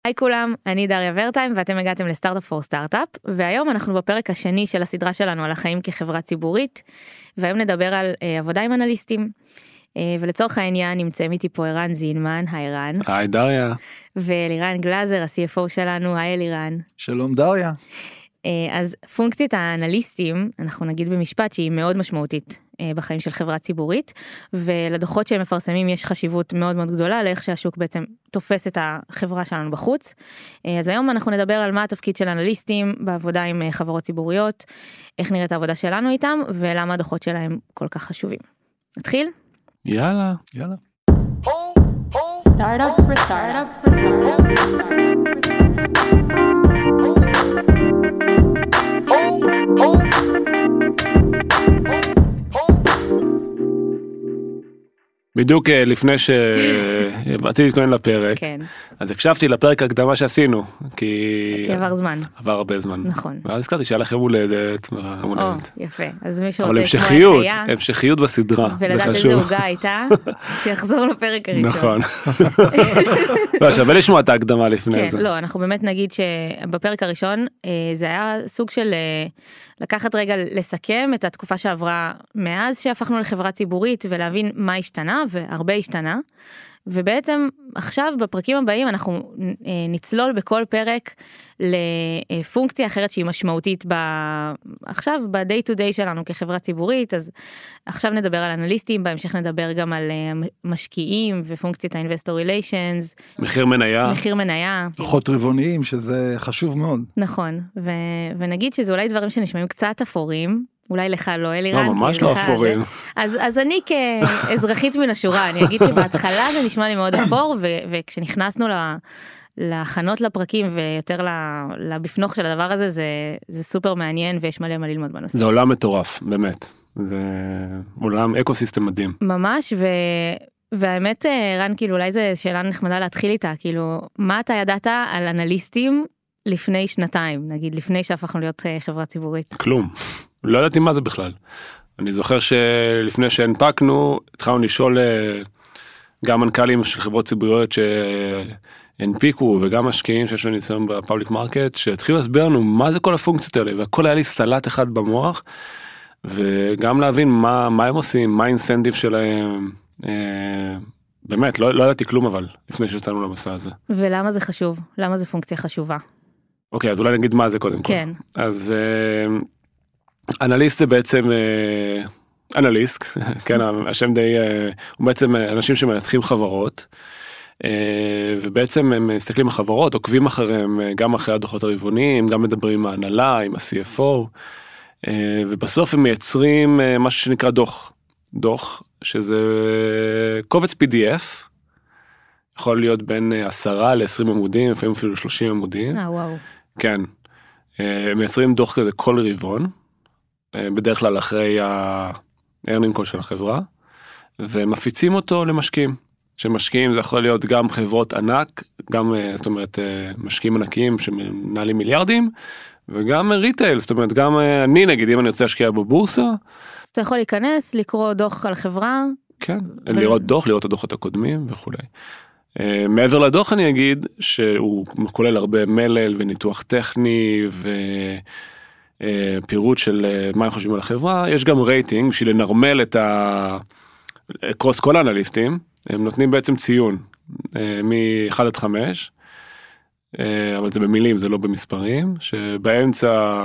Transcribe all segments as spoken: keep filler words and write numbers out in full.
היי כולם, אני דריה ורטיים ואתם הגעתם לסטארט-אפ פור סטארט-אפ, והיום אנחנו בפרק השני של הסדרה שלנו על החיים כחברה ציבורית, והיום נדבר על אה, עבודה עם אנליסטים, אה, ולצורך העניין נמצאים איתי פה ערן זינמן, היי ערן. היי דריה. ואלירן גלזר, ה-סי אף או שלנו, היי אלירן. שלום דריה. אה, אז פונקציית האנליסטים, אנחנו נגיד במשפט שהיא מאוד משמעותית בחיים של חברה ציבורית, ולדוחות שהם מפרסמים יש חשיבות מאוד מאוד גדולה לאיך שהשוק בעצם תופס את החברה שלנו בחוץ. אז היום אנחנו נדבר על מה התפקיד של אנליסטים בעבודה עם חברות ציבוריות, איך נראית העבודה שלנו איתם, ולמה הדוחות שלהם כל כך חשובים. נתחיל? יאללה. יאללה. Startup for startup for startup for בדיוק לפני שבאתי להתכונן לפרק, כן. אז הקשבתי לפרק הקדמה שעשינו, כי... כי עבר זמן. עבר הרבה זמן. נכון. ואז הזכרתי שהיה לכם הולדת. או, יפה. אז מי שרוצה אבל המשכיות, המשכיות בסדרה. ולדעת איזה הוגה הייתה, שיחזור לפרק הראשון. נכון. לא, שווה לשמוע את ההקדמה לפני זה. כן, לא, אנחנו באמת נגיד שבפרק הראשון, זה היה סוג של לקחת רגע לסכם את התקופה שעברה מאז שהפכנו לחברה ציבורית, ולהבין מה השתנה, והרבה השתנה. ובעצם עכשיו בפרקים הבאים אנחנו נצלול בכל פרק לפונקציה אחרת שהיא משמעותית ב... עכשיו ב-day to day שלנו כחברה ציבורית, אז עכשיו נדבר על אנליסטים, בהמשך נדבר גם על משקיעים ופונקציית ה-investor relations. מחיר מניה. מחיר מניה. דוחות רבעוניים, שזה חשוב מאוד. נכון, ו... ונגיד שזה אולי דברים שנשמעים קצת אפורים, אולי לך לא, אלירן. לא, ממש לא אפורים. אז, אז אני כאזרחית מן השורה, אני אגיד שבהתחלה זה נשמע לי מאוד אפור, ו, וכשנכנסנו להכנות לפרקים ויותר לבפנוך של הדבר הזה, זה, זה סופר מעניין ויש מלא מה ללמוד בנושא. זה עולם מטורף, באמת. זה עולם אקוסיסטם מדהים. ממש, ו... והאמת, רן, כאילו, אולי זו שאלה נחמדה להתחיל איתה, כאילו, מה אתה ידעת על אנליסטים לפני שנתיים, נגיד, לפני שהפכנו להיות חברה ציבורית? כלום. לא ידעתי מה זה בכלל. אני זוכר שלפני שהנפקנו, התחלנו לשאול גם מנכ"לים של חברות ציבוריות שהנפיקו, וגם משקיעים שיש לנו ניסיון בפאבליק מרקט, שהתחילו להסביר לנו מה זה כל הפונקציות האלה, והכל היה לי סלט אחד במוח, וגם להבין מה, מה הם עושים, מה האינסנטיב שלהם, באמת, לא, לא ידעתי כלום אבל, לפני שיצאנו למסע הזה. ולמה זה חשוב? למה זה פונקציה חשובה? אוקיי, אז אולי נגיד מה זה קודם כל. כן. אז... אנליסט זה בעצם, אנליסט, כן, השם די, הוא בעצם אנשים שמנתחים חברות, ובעצם הם מסתכלים על חברות, עוקבים אחריהם, גם אחרי הדוחות הרבעוניים, גם מדברים עם ההנהלה, עם ה-סי אף או, ובסוף הם מייצרים משהו שנקרא דוח, דוח, שזה קובץ פי די אף, יכול להיות בין עשרה לעשרים עמודים, לפעמים אפילו שלושים עמודים. אה, וואו. כן, מייצרים דוח כזה כל רבעון, בדרך כלל אחרי ה-earning call של החברה, ומפיצים אותו למשקיעים. שמשקיעים זה יכול להיות גם חברות ענק, גם, זאת אומרת, משקיעים ענקיים שמנהלים מיליארדים, וגם ריטייל, זאת אומרת, גם אני נגיד, אם אני רוצה להשקיע בבורסה. אז אתה יכול להיכנס, לקרוא דוח על חברה. כן, ו... לראות דוח, לראות את הדוחות הקודמים וכו'. מעבר לדוח אני אגיד, שהוא כולל הרבה מלל וניתוח טכני, ו... פירוט של מה הם חושבים על החברה, יש גם רייטינג בשביל לנרמל את ה... קרוס כל האנליסטים, הם נותנים בעצם ציון מ-אחד עד חמש, אבל זה במילים, זה לא במספרים, שבאמצע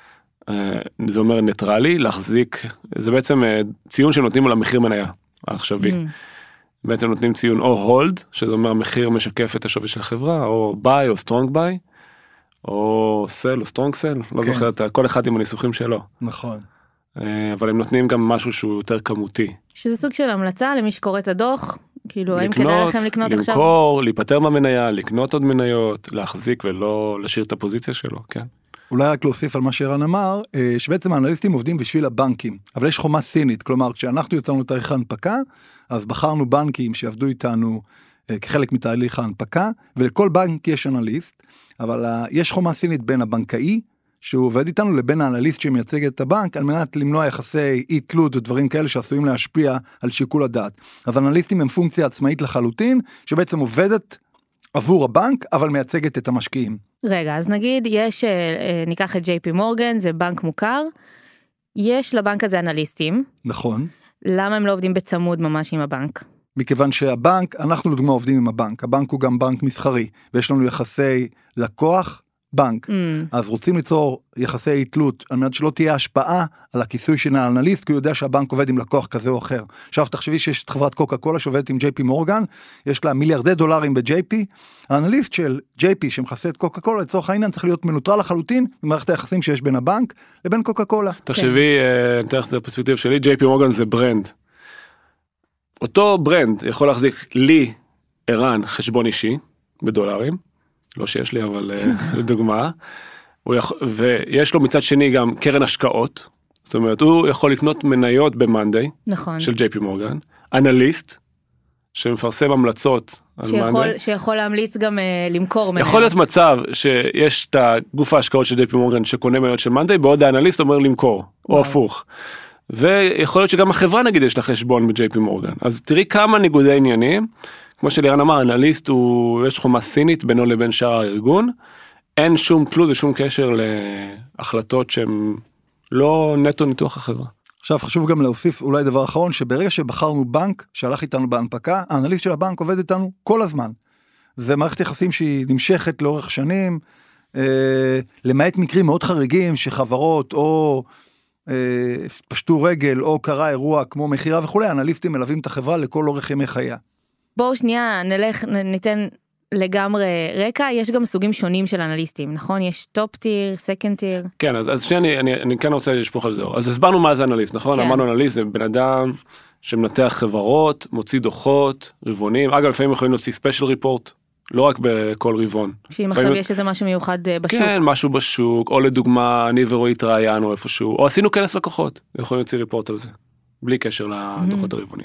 זה אומר ניטרלי, להחזיק, זה בעצם ציון שנותנים על המחיר מניה, העכשווי. Mm. בעצם נותנים ציון או הולד, שזה אומר מחיר משקף את השווי של החברה, או ביי או סטרונג ביי, או סל או סטרונג סל, לא זוכר את כל אחד עם הניסוחים שלו. נכון. אבל הם נותנים גם משהו שהוא יותר כמותי. שזה סוג של המלצה למי שקורא את הדוח, כאילו האם כדאי לכם לקנות עכשיו? למכור, להיפטר מהמניה, לקנות עוד מניות, להחזיק ולא להשאיר את הפוזיציה שלו, כן. אולי רק להוסיף על מה שערן אמר, שבעצם האנליסטים עובדים בשביל הבנקים, אבל יש חומה סינית, כלומר כשאנחנו יצאנו לתאריך ההנפקה, אז בחרנו בנקים שעבדו איתנו כחלק מתהליך ההנפקה, ולכל בנק יש אנליסט, אבל יש חומה סינית בין הבנקאי, שהוא עובד איתנו, לבין האנליסט שמייצג את הבנק, על מנת למנוע יחסי אי תלות ודברים כאלה שעשויים להשפיע על שיקול הדעת. אז אנליסטים הם פונקציה עצמאית לחלוטין, שבעצם עובדת עבור הבנק, אבל מייצגת את המשקיעים. רגע, אז נגיד יש, ניקח את ג'יי פי מורגן, זה בנק מוכר, יש לבנק הזה אנליסטים. נכון. למה הם לא עובדים בצמוד ממש עם הבנק? מכיוון שהבנק, אנחנו לדוגמה עובדים עם הבנק, הבנק הוא גם בנק מסחרי, ויש לנו יחסי לקוח, בנק. Mm. אז רוצים ליצור יחסי תלות, על מנת שלא תהיה השפעה על הכיסוי של האנליסט, כי הוא יודע שהבנק עובד עם לקוח כזה או אחר. עכשיו תחשבי שיש את חברת קוקה קולה שעובדת עם ג'יי פי מורגן, יש לה מיליארדי דולרים ב-ג'יי פי, האנליסט של ג'יי פי שמכסה את קוקה קולה, לצורך העניין צריך להיות מנוטרל לחלוטין, במערכת היחסים שיש בין הבנק לבין קוקה קולה. תחשבי, נתן לך את הפרספקטיבה שלי, ג'יי פי מורגן זה ברנד. אותו ברנד יכול להחזיק לי, ערן, חשבון אישי, בדולרים, לא שיש לי, אבל לדוגמה, יכול, ויש לו מצד שני גם קרן השקעות, זאת אומרת, הוא יכול לקנות מניות במאנדיי, נכון. של ג'יי פי מורגן, אנליסט, שמפרסם המלצות על מאנדיי. שיכול להמליץ גם uh, למכור מניות. יכול להיות מצב שיש את הגוף ההשקעות של ג'יי פי מורגן, שקונה מניות של מאנדיי, בעוד האנליסט אומר למכור, או הפוך. ויכול להיות שגם החברה נגיד יש לה חשבון ב-ג'יי פי מורגן. אז תראי כמה ניגודי עניינים, כמו שלירן אמר, אנליסט הוא, יש חומה סינית בינו לבין שאר הארגון, אין שום תלות ושום קשר להחלטות שהן לא נטו ניתוח החברה. עכשיו חשוב גם להוסיף אולי דבר אחרון, שברגע שבחרנו בנק שהלך איתנו בהנפקה, האנליסט של הבנק עובד איתנו כל הזמן. זה מערכת יחסים שהיא נמשכת לאורך שנים, אה, למעט מקרים מאוד חריגים שחברות או אה, פשטו רגל או קרה אירוע כמו מחירה וכולי, האנליסטים מלווים את החברה לכל אורך ימי חייה. בואו שנייה נלך, ניתן לגמרי רקע, יש גם סוגים שונים של אנליסטים, נכון? יש טופ טיר, סקנד טיר. כן, אז, אז שנייה, אני, אני, אני כן רוצה לשפוך על זה. אז הסברנו מה זה אנליסט, נכון? כן. אמרנו אנליסט זה בן אדם שמנתח חברות, מוציא דוחות, רבעונים, אגב לפעמים יכולים להוציא ספיישל ריפורט, לא רק בכל רבעון. שאם עכשיו יש איזה משהו מיוחד בשוק. כן, משהו בשוק, או לדוגמה, אני ורועי התראיינו איפשהו, או עשינו כנס לקוחות, יכולים להוציא ריפורט על זה, בלי קשר לדוחות הרבעונים.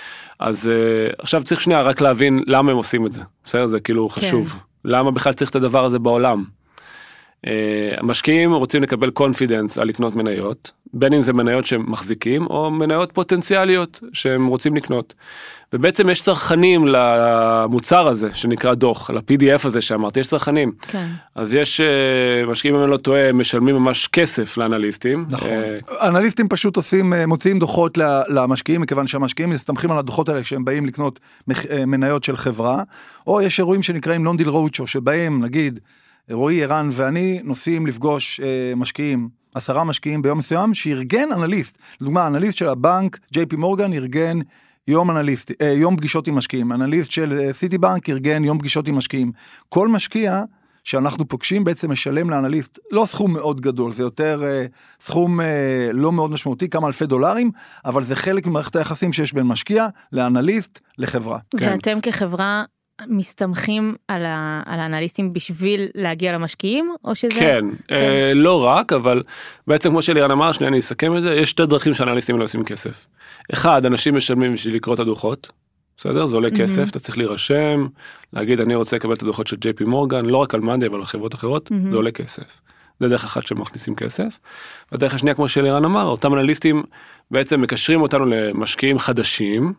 אז uh, עכשיו צריך שנייה רק להבין למה הם עושים את זה. בסדר? זה כאילו חשוב. כן. למה בכלל צריך את הדבר הזה בעולם? Uh, המשקיעים רוצים לקבל קונפידנס על לקנות מניות, בין אם זה מניות שהם מחזיקים, או מניות פוטנציאליות שהם רוצים לקנות. ובעצם יש צרכנים למוצר הזה, שנקרא דוח, ל-פי די אף הזה שאמרתי, יש צרכנים. כן. אז יש uh, משקיעים, אם אני לא טועה, משלמים ממש כסף לאנליסטים. נכון. Uh, אנליסטים פשוט עושים, מוציאים דוחות למשקיעים, מכיוון שהמשקיעים מסתמכים על הדוחות האלה, שהם באים לקנות מניות של חברה, או יש אירועים שנקראים non-deal roadshow, שבהם, נגיד, רועי, ערן ואני נוסעים לפגוש אה, משקיעים, עשרה משקיעים ביום מסוים, שארגן אנליסט. לדוגמה, אנליסט של הבנק, ג'יי פי מורגן, ארגן יום אנליסט, אה, יום פגישות עם משקיעים. אנליסט של אה, סיטי בנק, ארגן יום פגישות עם משקיעים. כל משקיע שאנחנו פוגשים בעצם משלם לאנליסט, לא סכום מאוד גדול, זה יותר אה, סכום אה, לא מאוד משמעותי, כמה אלפי דולרים, אבל זה חלק ממערכת היחסים שיש בין משקיע לאנליסט לחברה. ואתם כן. כחברה מסתמכים על, ה, על האנליסטים בשביל להגיע למשקיעים, או שזה... כן, כן. אה, לא רק, אבל בעצם כמו שלירן אמר, שנייה אני אסכם את זה, יש שתי דרכים שהאנליסטים לא עושים כסף. אחד, אנשים משלמים בשביל לקרוא את הדוחות, בסדר? זה עולה mm-hmm. כסף, אתה צריך להירשם, להגיד אני רוצה לקבל את הדוחות של ג'יי פי מורגן, לא רק על מאנדיי, אבל על חברות אחרות, mm-hmm. זה עולה כסף. זה דרך אחת שמכניסים כסף. והדרך השנייה, כמו שלירן אמר, אותם אנליסטים בעצם מקשרים אותנו למשקיעים חדשים,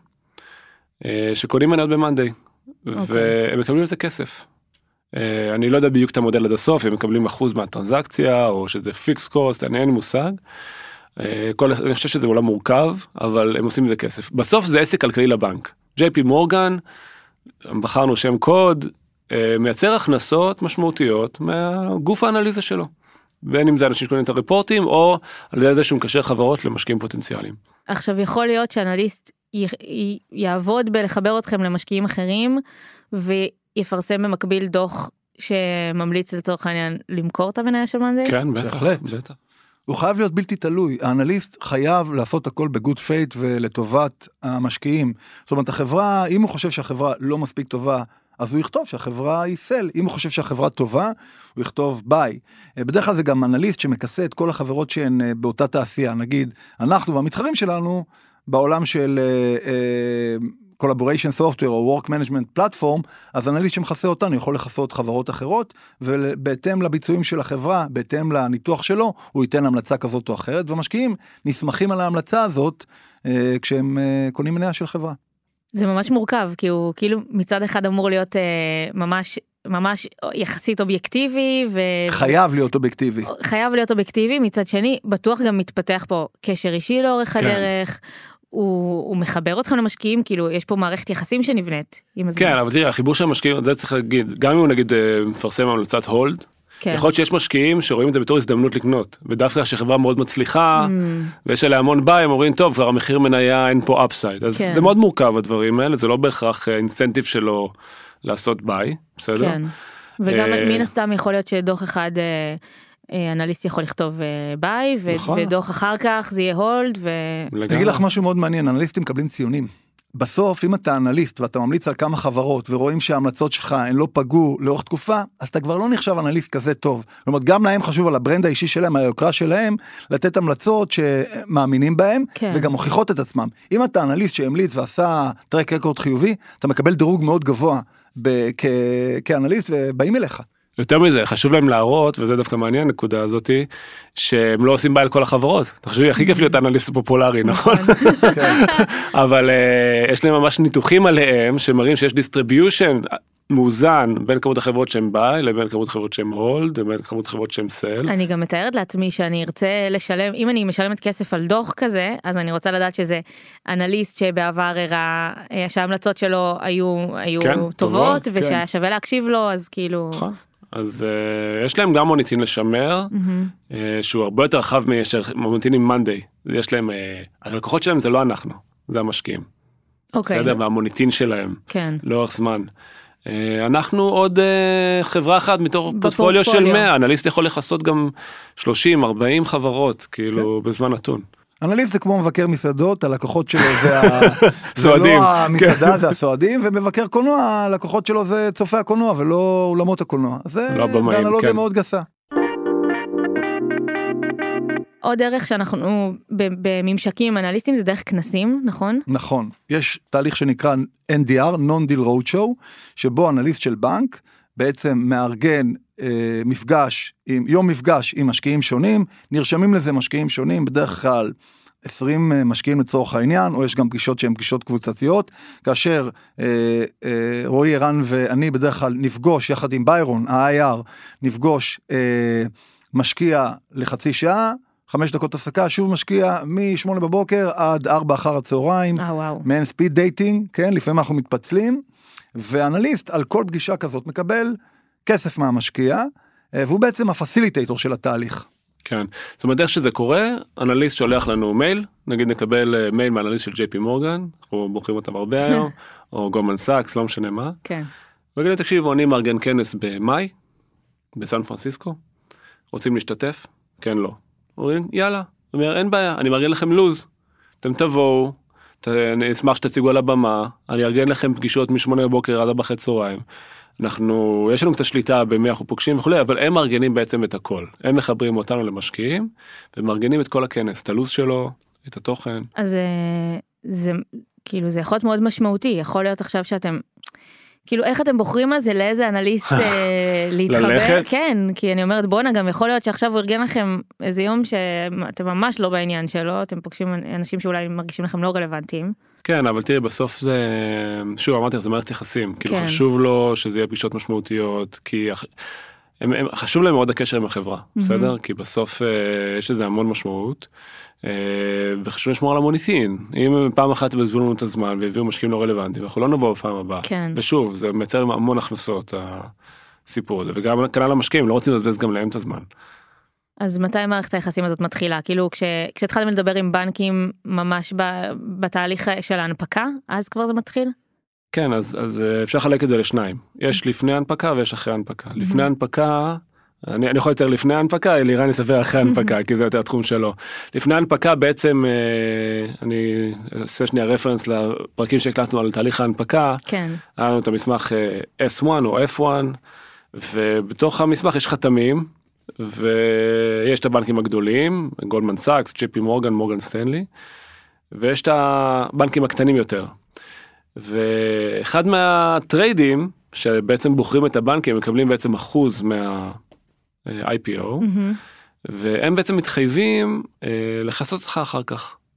אה, שקונים מניות במאנדיי. והם מקבלים על זה כסף. אני לא יודע בדיוק את המודל עד הסוף, הם מקבלים אחוז מהטרנזקציה, או שזה פיקס קוסט, אני אין מושג. אני חושב שזה עולם מורכב, אבל הם עושים את זה כסף. בסוף זה עסק כלכלי לבנק. ג'יי פי מורגן, בחרנו שם קוד, מייצר הכנסות משמעותיות מהגוף האנליזה שלו. בין אם זה אנשים שקונים את הריפורטים, או על ידי זה שהוא מקשר חברות למשקיעים פוטנציאליים. עכשיו יכול להיות שאנליסט יעבוד בלחבר אתכם למשקיעים אחרים, ויפרסם במקביל דוח שממליץ לצורך העניין למכור את המניה של מאנדיי? כן, בטח. בטח. הוא חייב להיות בלתי תלוי, האנליסט חייב לעשות הכל בגוד פייט ולטובת המשקיעים. זאת אומרת, החברה, אם הוא חושב שהחברה לא מספיק טובה, אז הוא יכתוב שהחברה היא סל, אם הוא חושב שהחברה טובה, הוא יכתוב ביי. בדרך כלל זה גם אנליסט שמכסה את כל החברות שהן באותה תעשייה, נגיד, אנחנו והמתחרים שלנו, בעולם של uh, uh, collaboration software או work management platform, אז אנליסט שמכסה אותנו יכול לכסות חברות אחרות, ובהתאם לביצועים של החברה, בהתאם לניתוח שלו, הוא ייתן המלצה כזאת או אחרת, ומשקיעים נסמכים על ההמלצה הזאת, uh, כשהם uh, קונים מניה של חברה. זה ממש מורכב, כי הוא כאילו מצד אחד אמור להיות אה, ממש, ממש יחסית אובייקטיבי, ו... חייב להיות אובייקטיבי. חייב להיות אובייקטיבי, מצד שני, בטוח גם מתפתח פה קשר אישי לאורך כן. הדרך, הוא, הוא מחבר אתכם למשקיעים, כאילו יש פה מערכת יחסים שנבנית עם הזמן. כן, אבל תראה, החיבור של המשקיעים, זה צריך להגיד, גם אם הוא נגיד מפרסם המלצת הולד, כן. יכול להיות שיש משקיעים שרואים את זה בתור הזדמנות לקנות, ודווקא שחברה מאוד מצליחה, mm. ויש עליה המון ביי, הם אומרים, טוב, כבר המחיר מניה, אין פה אפסייד. אז כן. זה מאוד מורכב הדברים האלה, זה לא בהכרח אינסנטיב שלו לעשות ביי, בסדר? כן, וגם מן הסתם יכול להיות שדוח אחד, אנליסט יכול לכתוב ביי, נכון. ודוח אחר כך זה יהיה הולד. ו... אני אגיד לך משהו מאוד מעניין, אנליסטים מקבלים ציונים. בסוף, אם אתה אנליסט ואתה ממליץ על כמה חברות ורואים שההמלצות שלך הן לא פגעו לאורך תקופה, אז אתה כבר לא נחשב אנליסט כזה טוב. זאת אומרת, גם להם חשוב על הברנד האישי שלהם, היוקרה שלהם, לתת המלצות שמאמינים בהם, כן. וגם מוכיחות את עצמם. אם אתה אנליסט שהמליץ ועשה טרק רקורד חיובי, אתה מקבל דירוג מאוד גבוה ב- כ- כאנליסט ובאים אליך. יותר מזה, חשוב להם להראות, וזה דווקא מעניין, נקודה הזאת, שהם לא עושים בעיה לכל החברות. תחשבי, הכי כיף להיות אנליסט פופולרי, נכון? אבל יש להם ממש ניתוחים עליהם, שמראים שיש דיסטריביושן מאוזן בין כמות החברות שהם ביי, לבין כמות החברות שהם הולד, לבין כמות החברות שהם סל. אני גם מתארת לעצמי שאני ארצה לשלם, אם אני משלמת כסף על דוח כזה, אז אני רוצה לדעת שזה אנליסט שבעבר הראה, שההמלצות שלו היו טובות, ושהיה שווה להקשיב לו, אז כאילו... אז uh, יש להם גם מוניטין לשמר, mm-hmm. uh, שהוא הרבה יותר רחב ממוניטין עם מנדי. יש להם, uh, הלקוחות שלהם זה לא אנחנו, זה המשקיעים. אוקיי. Okay. בסדר, והמוניטין שלהם, כן. לאורך זמן. Uh, אנחנו עוד uh, חברה אחת מתוך פורטפוליו של מאה, אנליסט יכול לחסות גם שלושים ארבעים חברות, כאילו כן. בזמן נתון. אנליסט זה כמו מבקר מסעדות, הלקוחות שלו זה, ה... זה לא המסעדה, זה הסועדים, ומבקר קולנוע, הלקוחות שלו זה צופי הקולנוע, ולא אולמות הקולנוע. זה לא במאים, באנלוגיה כן. מאוד גסה. עוד דרך שאנחנו בממשקים אנליסטים זה דרך כנסים, נכון? נכון. יש תהליך שנקרא אן די אר, Non-Deal Roadshow, שבו אנליסט של בנק בעצם מארגן אה, מפגש, עם, יום מפגש עם משקיעים שונים, נרשמים לזה משקיעים שונים, בדרך כלל עשרים משקיעים לצורך העניין, או יש גם פגישות שהן פגישות קבוצתיות, כאשר אה, אה, רועי ערן ואני בדרך כלל נפגוש יחד עם ביירון, ה-איי אר, נפגוש אה, משקיע לחצי שעה, חמש דקות הפסקה, שוב משקיע משמונה בבוקר עד ארבע אחר הצהריים, אה, וואו. מעין ספיד דייטינג, כן, לפעמים אנחנו מתפצלים, ואנליסט על כל פגישה כזאת מקבל כסף מהמשקיע, והוא בעצם הפסיליטייטור של התהליך. כן, זאת אומרת איך שזה קורה, אנליסט שולח לנו מייל, נגיד נקבל מייל מאנליסט של ג'יי פי מורגן, אנחנו בוחרים אותם הרבה היום, או גולדמן סאקס, לא משנה מה. כן. וגיד, תקשיבו, אני מארגן כנס במאי, בסן פרנסיסקו, רוצים להשתתף? כן, לא. אומרים, יאללה, אומר, אין בעיה, אני מארגן לכם לוז, אתם תבואו, אני אשמח שתציגו על הבמה, אני ארגן לכם פגישות משמונה בבוקר עד ארבע צהריים. אנחנו, יש לנו קצת שליטה במי אנחנו פוגשים וכו', אבל הם מארגנים בעצם את הכל. הם מחברים אותנו למשקיעים, ומארגנים את כל הכנס, את הלוז שלו, את התוכן. אז זה, כאילו, זה יכול להיות מאוד משמעותי, יכול להיות עכשיו שאתם, כאילו, איך אתם בוחרים על זה, לאיזה אנליסט להתחבר? ללכת? כן, כי אני אומרת, בונה, גם יכול להיות שעכשיו הוא ארגן לכם איזה יום שאתם ממש לא בעניין שלו, אתם פוגשים אנשים שאולי מרגישים לכם לא רלוונטיים. כן, אבל תראי, בסוף זה, שוב, אמרתי, זה מערכת יחסים, כאילו כן. חשוב לו שזה יהיה פגישות משמעותיות, כי הם, הם, חשוב להם מאוד הקשר עם החברה, mm-hmm. בסדר? כי בסוף יש לזה המון משמעות, וחשוב לשמור על המוניטין. אם פעם אחת בזבזו לנו את הזמן והביאו משקיעים לא רלוונטיים, אנחנו לא נבוא בפעם הבאה. כן. ושוב, זה מייצר המון הכנסות, הסיפור הזה, וגם כנ"ל המשקיעים, לא רוצים לבזבז גם להם את הזמן. אז מתי מערכת היחסים הזאת מתחילה? כאילו, כש, כשהתחלתם לדבר עם בנקים ממש ב, בתהליך של ההנפקה, אז כבר זה מתחיל? כן, אז, אז אפשר לחלק את זה לשניים. יש לפני ההנפקה ויש אחרי ההנפקה. לפני ההנפקה, אני, אני יכול יותר לפני ההנפקה, לירן יספר אחרי ההנפקה, כי זה יותר התחום שלו. לפני ההנפקה בעצם, אני אעשה שנייה רפרנס לפרקים שהקלטנו על תהליך ההנפקה. כן. היה לנו את המסמך אס וואן או אף וואן, ובתוך המסמך יש חתמים, ויש את הבנקים הגדולים, גולדמן סאקס, ג'יי פי מורגן, מורגן סטנלי, ויש את הבנקים הקטנים יותר. ואחד מהטריידים, שבעצם בוחרים את הבנקים, מקבלים בעצם אחוז מה-איי פי או, mm-hmm. והם בעצם מתחייבים אה, לחסות אותך אחר כך.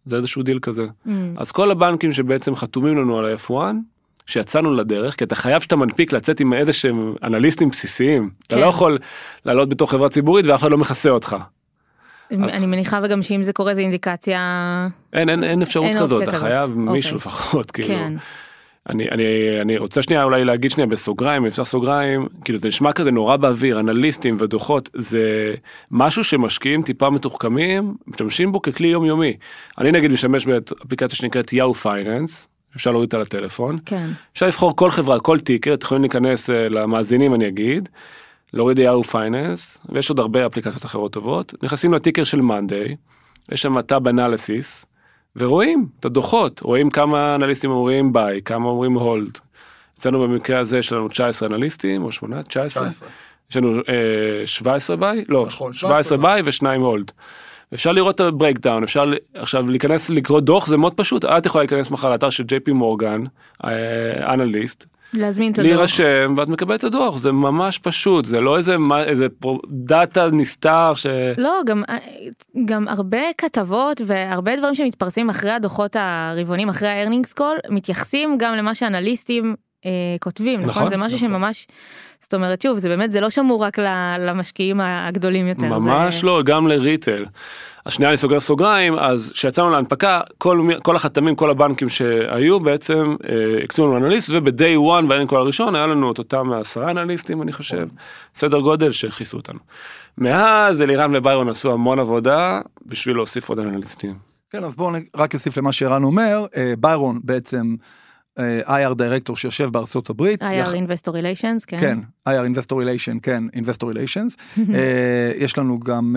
זה איזשהו דיל כזה. Mm. אז כל הבנקים שבעצם חתומים לנו על ה-אף אחת, שיצאנו לדרך, כי אתה חייב שאתה מנפיק לצאת עם איזה שהם אנליסטים בסיסיים. כן. אתה לא יכול לעלות בתוך חברה ציבורית ואף אחד לא מכסה אותך. אני מניחה וגם שאם זה קורה זה אינדיקציה... אין, אין, אין אפשרות כזאת, אתה חייב מישהו לפחות, כאילו. כן. אני, אני, אני רוצה שנייה אולי להגיד שנייה בסוגריים, נפתח סוגריים, כאילו זה נשמע כזה נורא באוויר, אנליסטים ודוחות, זה משהו שמשקיעים טיפה מתוחכמים, משתמשים בו ככלי יומיומי. אני נגיד משתמש באפליקציה שנקראת יאו פייננס, אפשר להוריד אותה לטלפון. כן. אפשר לבחור כל חברה, כל טיקר, אתם יכולים להיכנס למאזינים אני אגיד, להוריד יאו פייננס, ויש עוד הרבה אפליקציות אחרות טובות, נכנסים לטיקר של מאנדיי, יש שם טאב אנליסיס, ורואים את הדוחות, רואים כמה אנליסטים אומרים ביי, כמה אומרים הולד. אצלנו במקרה הזה יש לנו תשע עשרה אנליסטים, או שמונה, תשע עשרה. יש לנו אה, שבע עשרה ביי, לא, נכון, שבע עשרה ביי ושניים הולד. אפשר לראות את הברייקדאון, אפשר עכשיו להיכנס לקרוא דוח, זה מאוד פשוט, את יכולה להיכנס מחר לאתר של ג'יי פי מורגן, אנליסט, להזמין את הדוח. להירשם, ואת מקבלת את הדוח, זה ממש פשוט, זה לא איזה, איזה דאטה נסתר ש... לא, גם, גם הרבה כתבות והרבה דברים שמתפרסמים אחרי הדוחות הרבעונים, אחרי הארנינגס קול, מתייחסים גם למה שאנליסטים אה, כותבים, נכון? נכון? זה משהו נכון. שממש, זאת אומרת, שוב, זה באמת, זה לא שמור רק למשקיעים הגדולים יותר. ממש זה... לא, גם לריטל. השנייה אני סוגר סוגריים, אז כשיצאנו להנפקה, כל, כל החתמים, כל הבנקים שהיו בעצם, אה, הקצו לנו אנליסט, וב-day one, בארנינג קול הראשון, היה לנו את אותם עשרה אנליסטים, אני חושב, סדר גודל שהכיסו אותנו. מאז אלירן וביירון עשו המון עבודה, בשביל להוסיף עוד אנליסטים. כן, אז בואו רק יוסיף למה שערן אומר, ביירון בעצם, איי אר דירקטור שיושב בארצות הברית. איי אר Investor Relations, כן. כן, איי אר Investor Relations, כן, Investor Relations. יש לנו גם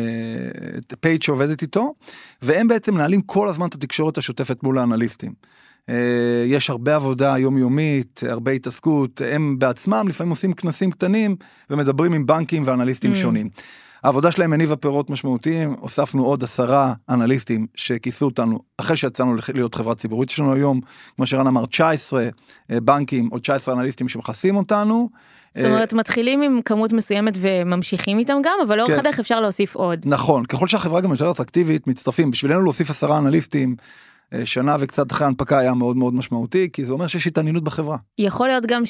פייג' שעובדת איתו, והם בעצם מנהלים כל הזמן את התקשורת השוטפת מול האנליסטים. יש הרבה עבודה יומיומית, הרבה התעסקות, הם בעצמם לפעמים עושים כנסים קטנים, ומדברים עם בנקים ואנליסטים שונים. העבודה שלהם הניבה פירות משמעותיים, הוספנו עוד עשרה אנליסטים שכיסו אותנו, אחרי שיצאנו להיות חברה ציבורית, יש לנו היום, כמו שרן אמר, תשע עשרה בנקים, או תשע עשרה אנליסטים שמכסים אותנו. זאת אומרת, מתחילים עם כמות מסוימת וממשיכים איתם גם, אבל לאורך הדרך אפשר להוסיף עוד. נכון, ככל שהחברה גם יותר אטרקטיבית, מצטרפים, בשבילנו להוסיף עשרה אנליסטים, שנה וקצת אחרי ההנפקה היה מאוד מאוד משמעותי, כי זה אומר שיש התעניינות בחברה. יכול להיות גם ש...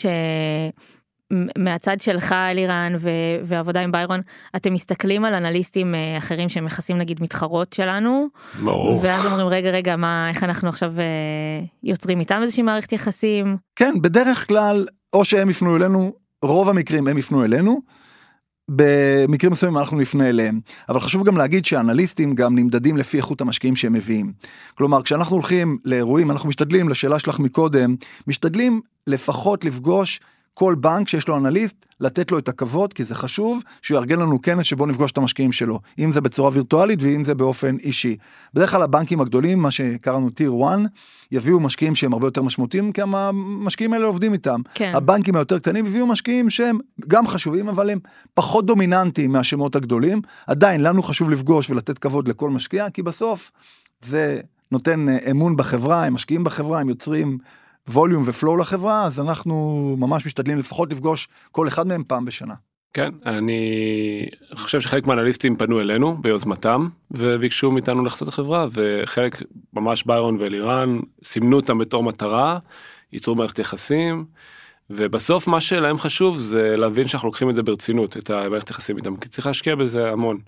מהצד שלך אלירן ועבודה עם ביירון, אתם מסתכלים על אנליסטים אחרים שמכסים נגיד מתחרות שלנו, ברור. ואז אומרים רגע רגע מה, איך אנחנו עכשיו יוצרים איתם איזושהי מערכת יחסים? כן, בדרך כלל, או שהם יפנו אלינו, רוב המקרים הם יפנו אלינו, במקרים מסוימים אנחנו נפנה אליהם, אבל חשוב גם להגיד שהאנליסטים גם נמדדים לפי איכות המשקיעים שהם מביאים. כלומר, כשאנחנו הולכים לאירועים, אנחנו משתדלים, לשאלה שלך מקודם, משתדלים לפחות לפגוש כל בנק שיש לו אנליסט, לתת לו את הכבוד, כי זה חשוב, שהוא יארגן לנו כנס שבו נפגוש את המשקיעים שלו, אם זה בצורה וירטואלית, ואם זה באופן אישי. בדרך כלל הבנקים הגדולים, מה שקראנו טיר אחת, יביאו משקיעים שהם הרבה יותר משמעותיים, כי המשקיעים האלה עובדים איתם. כן. הבנקים היותר קטנים יביאו משקיעים שהם גם חשובים, אבל הם פחות דומיננטיים מהשמות הגדולים. עדיין, לנו חשוב לפגוש ולתת כבוד לכל משקיע, כי בסוף זה נותן אמון בחברה, הם משקיעים בחברה, הם יוצרים ווליום ופלואו לחברה, אז אנחנו ממש משתדלים לפחות לפגוש כל אחד מהם פעם בשנה. כן, אני חושב שחלק מהאנליסטים פנו אלינו ביוזמתם, וביקשו מאיתנו לחסות החברה, וחלק ממש ביירון ואלירן סימנו אותם בתור מטרה, ייצרו מערכת יחסים, ובסוף מה שלהם חשוב זה להבין שאנחנו לוקחים את זה ברצינות, את המערכת יחסים איתם, כי צריך להשקיע בזה המון.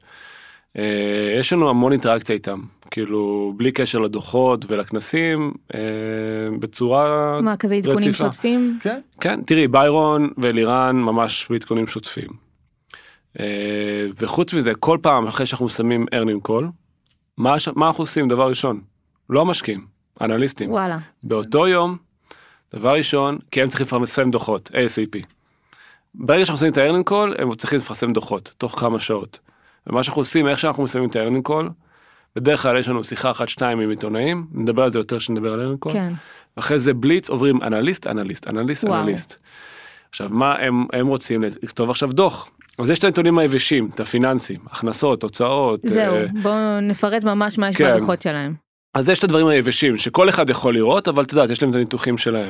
יש לנו המון אינטראקציה איתם, כאילו בלי קשר לדוחות ולכנסים, בצורה מה, כזה עדכונים שוטפים? כן. כן, תראי, ביירון ואלירן ממש בעדכונים שוטפים. וחוץ מזה, כל פעם אחרי שאנחנו שמים earning call, מה, מה אנחנו עושים? דבר ראשון, לא משקיעים, אנליסטים. וואלה. באותו יום, דבר ראשון, כי הם צריכים לפרסם דוחות, איי אס איי פי. ברגע שאנחנו שמים את ה-earning call, הם צריכים לפרסם דוחות, תוך כמה שעות. ומה שאנחנו עושים, איך שאנחנו מסיימים את ה-earning call, בדרך כלל יש לנו שיחה אחת, שתיים עם עיתונאים, נדבר על זה יותר שנדבר על earning call, כן. אחרי זה בליץ, עוברים אנליסט, אנליסט, אנליסט, וואו. אנליסט. עכשיו, מה הם, הם רוצים לכתוב עכשיו דוח? אז יש את הנתונים היבשים, את הפיננסים, הכנסות, הוצאות. זהו, אה... בואו נפרט ממש מה יש כן. בדוחות שלהם. אז יש את הדברים היבשים, שכל אחד יכול לראות, אבל אתה יודעת, יש להם את הניתוחים שלהם.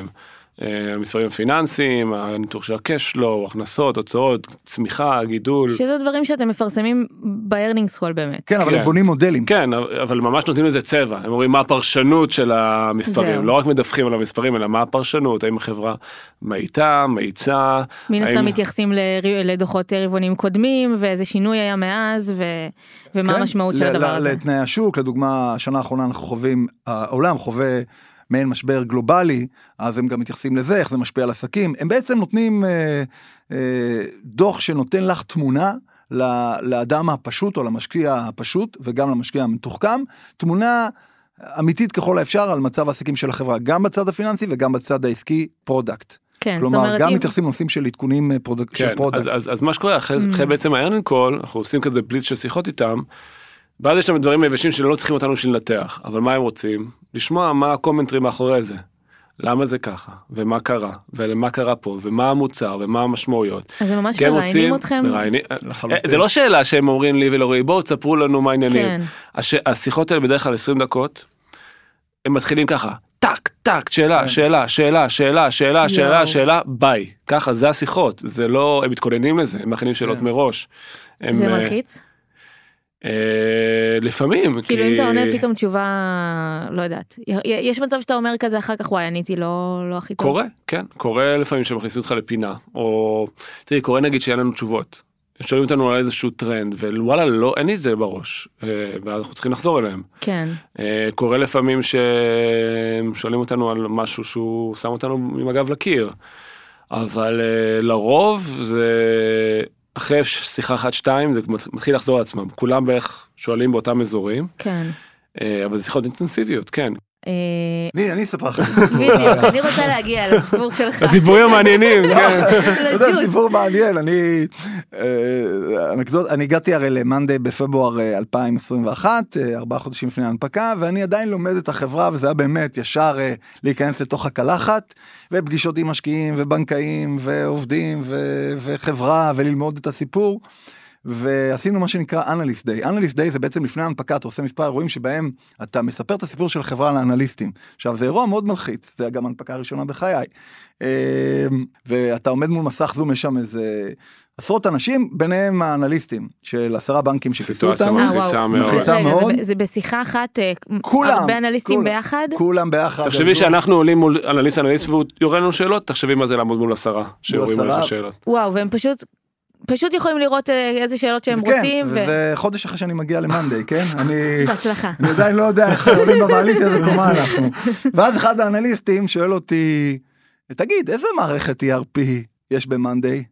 המספרים הפיננסיים, הניתוח של הקש פלואו, הכנסות, הוצאות, צמיחה, גידול. שזה דברים שאתם מפרסמים ב-earnings call באמת. כן, אבל הם בונים מודלים. כן, אבל ממש נותנים לזה צבע. הם אומרים מה הפרשנות של המספרים. לא רק מדווחים על המספרים, אלא מה הפרשנות. האם החברה מאיתה, מאיצה. מן הסתם מתייחסים לדוחות רבעונים קודמים, ואיזה שינוי היה מאז, ומה המשמעות של הדבר הזה. לתנאי השוק, לדוגמה, השנה האחרונה אנחנו חווים, העולם חווה מעין משבר גלובלי, אז הם גם מתייחסים לזה, איך זה משפיע על עסקים. הם בעצם נותנים אה, אה, דוח שנותן לך תמונה לאדם הפשוט או למשקיע הפשוט, וגם למשקיע המתוחכם, תמונה אמיתית ככל האפשר על מצב העסקים של החברה, גם בצד הפיננסי וגם בצד העסקי פרודקט. כן, כלומר, זאת אומרת, גם אם... מתייחסים לנושאים של עדכונים פרודקט, כן, של פרודקט. אז, אז, אז מה שקורה, אחרי, mm. אחרי בעצם ה-earning call, אנחנו עושים כזה בליץ של שיחות איתם, ואז יש להם דברים היבשים שלא צריכים אותנו שנלתח, אבל מה הם רוצים? לשמוע מה הקומנטרי מאחורי זה. למה זה ככה? ומה קרה? ולמה קרה פה? ומה המוצר? ומה המשמעויות? אז הם ממש מראיינים אתכם? מראיינים... זה לא שאלה שהם אומרים לי ולאורי, בואו תספרו לנו מה העניינים. כן. הש... השיחות האלה בדרך כלל עשרים דקות, הם מתחילים ככה, טק, טק, שאלה, שאלה, שאלה, שאלה, שאלה, שאלה, שאלה, ביי. ככה, זה השיחות. זה לא, הם מתכוננים לזה, הם מכינים שאלות מראש. זה מלחיץ? לפעמים. כאילו אם אתה עונה פתאום תשובה, לא יודעת, יש מצב שאתה אומר כזה אחר כך, וואי, עניתי לא הכי טוב. קורה, כן, קורה לפעמים שמכניסים אותך לפינה, או תראי, קורה נגיד שאין לנו תשובות, שואלים אותנו על איזשהו טרנד, ווואלה, לא, אין לי את זה בראש, ואנחנו צריכים לחזור אליהם. כן. קורה לפעמים ששואלים אותנו על משהו שהוא שם אותנו עם הגב לקיר, אבל לרוב זה... אחרי שיחה אחת שתיים זה מתחיל לחזור על עצמם, כולם בערך שואלים באותם אזורים, כן. אבל זה שיחות אינטנסיביות, כן. אני אספר לך. בדיוק, אני רוצה להגיע לסיפור שלך. הסיפורים המעניינים, כן. אתה יודע, סיפור מעניין, אני אני הגעתי הרי למאנדיי בפברואר אלפיים עשרים ואחת, ארבעה חודשים לפני ההנפקה, ואני עדיין לומד את החברה, וזה היה באמת ישר להיכנס לתוך הקלחת, ופגישות עם משקיעים ובנקאים ועובדים וחברה, וללמוד את הסיפור. ועשינו מה שנקרא Analyst Day. Analyst Day זה בעצם לפני ההנפקה, אתה עושה מספר אירועים שבהם אתה מספר את הסיפור של החברה לאנליסטים. עכשיו, זה אירוע מאוד מלחיץ, זה גם ההנפקה הראשונה בחיי. ואתה עומד מול מסך זום, יש שם איזה עשרות אנשים, ביניהם האנליסטים של עשרה בנקים שכיסו אותנו. סיטואציה מלחיצה מאוד. מלחיצה מאוד. זה בשיחה אחת, כולם, הרבה אנליסטים כולם, ביחד? כולם ביחד. תחשבי שאנחנו עולים מול אנליסט אנליסט והוא יורה לנו שאלות, תחשבי מה זה לעמוד מול עשרה, שיורים על שאלות. וואו, והם פשוט פשוט יכולים לראות איזה שאלות שהם כן, רוצים. כן, וזה חודש אחרי שאני מגיע למאנדיי, כן? אני... בהצלחה. אני עדיין לא יודע איך עולים במעלית איזה קומה אנחנו. ואז אחד האנליסטים שואל אותי, תגיד, איזה מערכת E R P יש במאנדיי?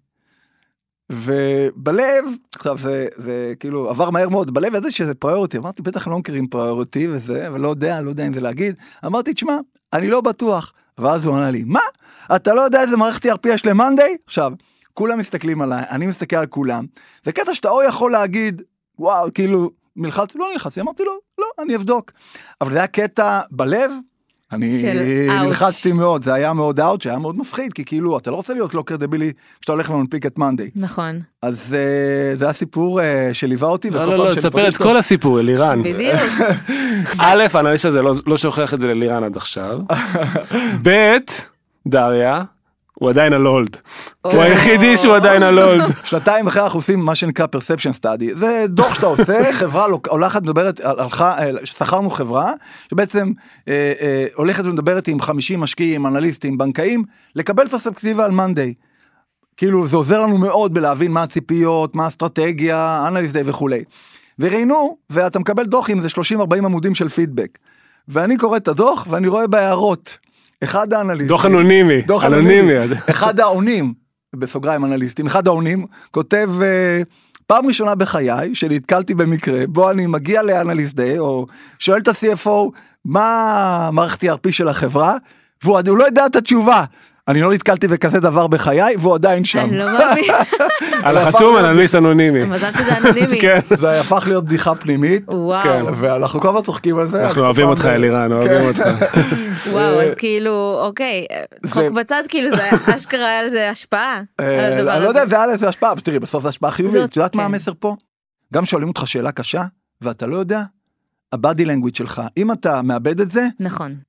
ובלב, עכשיו זה, זה כאילו עבר מהר מאוד, בלב איזה שזה פריוריטי, אמרתי, בטח לא מכירים פריוריטי וזה, ולא יודע, לא יודע אם זה להגיד. אמרתי, תשמע, אני לא בטוח. ואז הוא ענה לי, מה? אתה לא יודע איזה מערכת E R P יש למאנדיי? עכשיו, כולם מסתכלים עליי, אני מסתכל על כולם, זה קטע שאתה או יכול להגיד, וואו, כאילו, מלחץ, לא נלחץ, אמרתי לו, לא, אני אבדוק. אבל זה היה קטע בלב, אני נלחצתי מאוד, זה היה מאוד אאוט, שהיה מאוד מפחיד, כי כאילו, אתה לא רוצה להיות לא קרדיבילי, כשאתה הולך ומנפיק את מאנדיי. נכון. אז זה הסיפור שליווה אותי. לא, לא, לא, תספר את כל הסיפור, אלירן. בדיוק. א', האנליסט הזה לא שוכח את זה לאלירן עד עכשיו. ב', דריה, הוא עדיין על הולד. הוא היחידי שהוא עדיין על הולד. שנתיים אחרי אנחנו עושים מה שנקרא perception study. זה דוח שאתה עושה, חברה הולכת מדברת, שכרנו חברה, שבעצם הולכת ומדברת עם חמישים משקיעים, אנליסטים, בנקאים, לקבל פרספקטיבה על מאנדיי. כאילו זה עוזר לנו מאוד בלהבין מה הציפיות, מה האסטרטגיה, אנליסט דיי וכו'. וראינו, ואתה מקבל דוח עם זה שלושים ארבעים עמודים של פידבק. ואני קורא את הדוח ואני רואה בהערות. אחד האנליסטים, דוח אנונימי, דוח אנונימי, אחד העונים, בסוגריים אנליסטים, אחד העונים, כותב, פעם ראשונה בחיי, שנתקלתי במקרה, בו אני מגיע לאנליסט דיי, או שואל את ה-סי אף או, מה מערכת E R P של החברה, והוא לא יודע את התשובה, אני לא נתקלתי בכזה דבר בחיי, והוא עדיין שם. אני לא מאמין. על החתום אנליסט אנונימי. מזל שזה אנונימי. זה הפך להיות בדיחה פנימית. וואו. ואנחנו כל הזמן צוחקים על זה. אנחנו אוהבים אותך אלירן, אוהבים אותך. וואו, אז כאילו, אוקיי, צחוק בצד, כאילו זה אשכרה על זה השפעה. אני לא יודע, זה היה לזה השפעה, תראי, בסוף זה השפעה חיובית. את יודעת מה המסר פה? גם שואלים אותך שאלה קשה, ואתה לא יודע, הבאדי לנגוויץ' שלך, אם אתה מאבד את זה, נכון.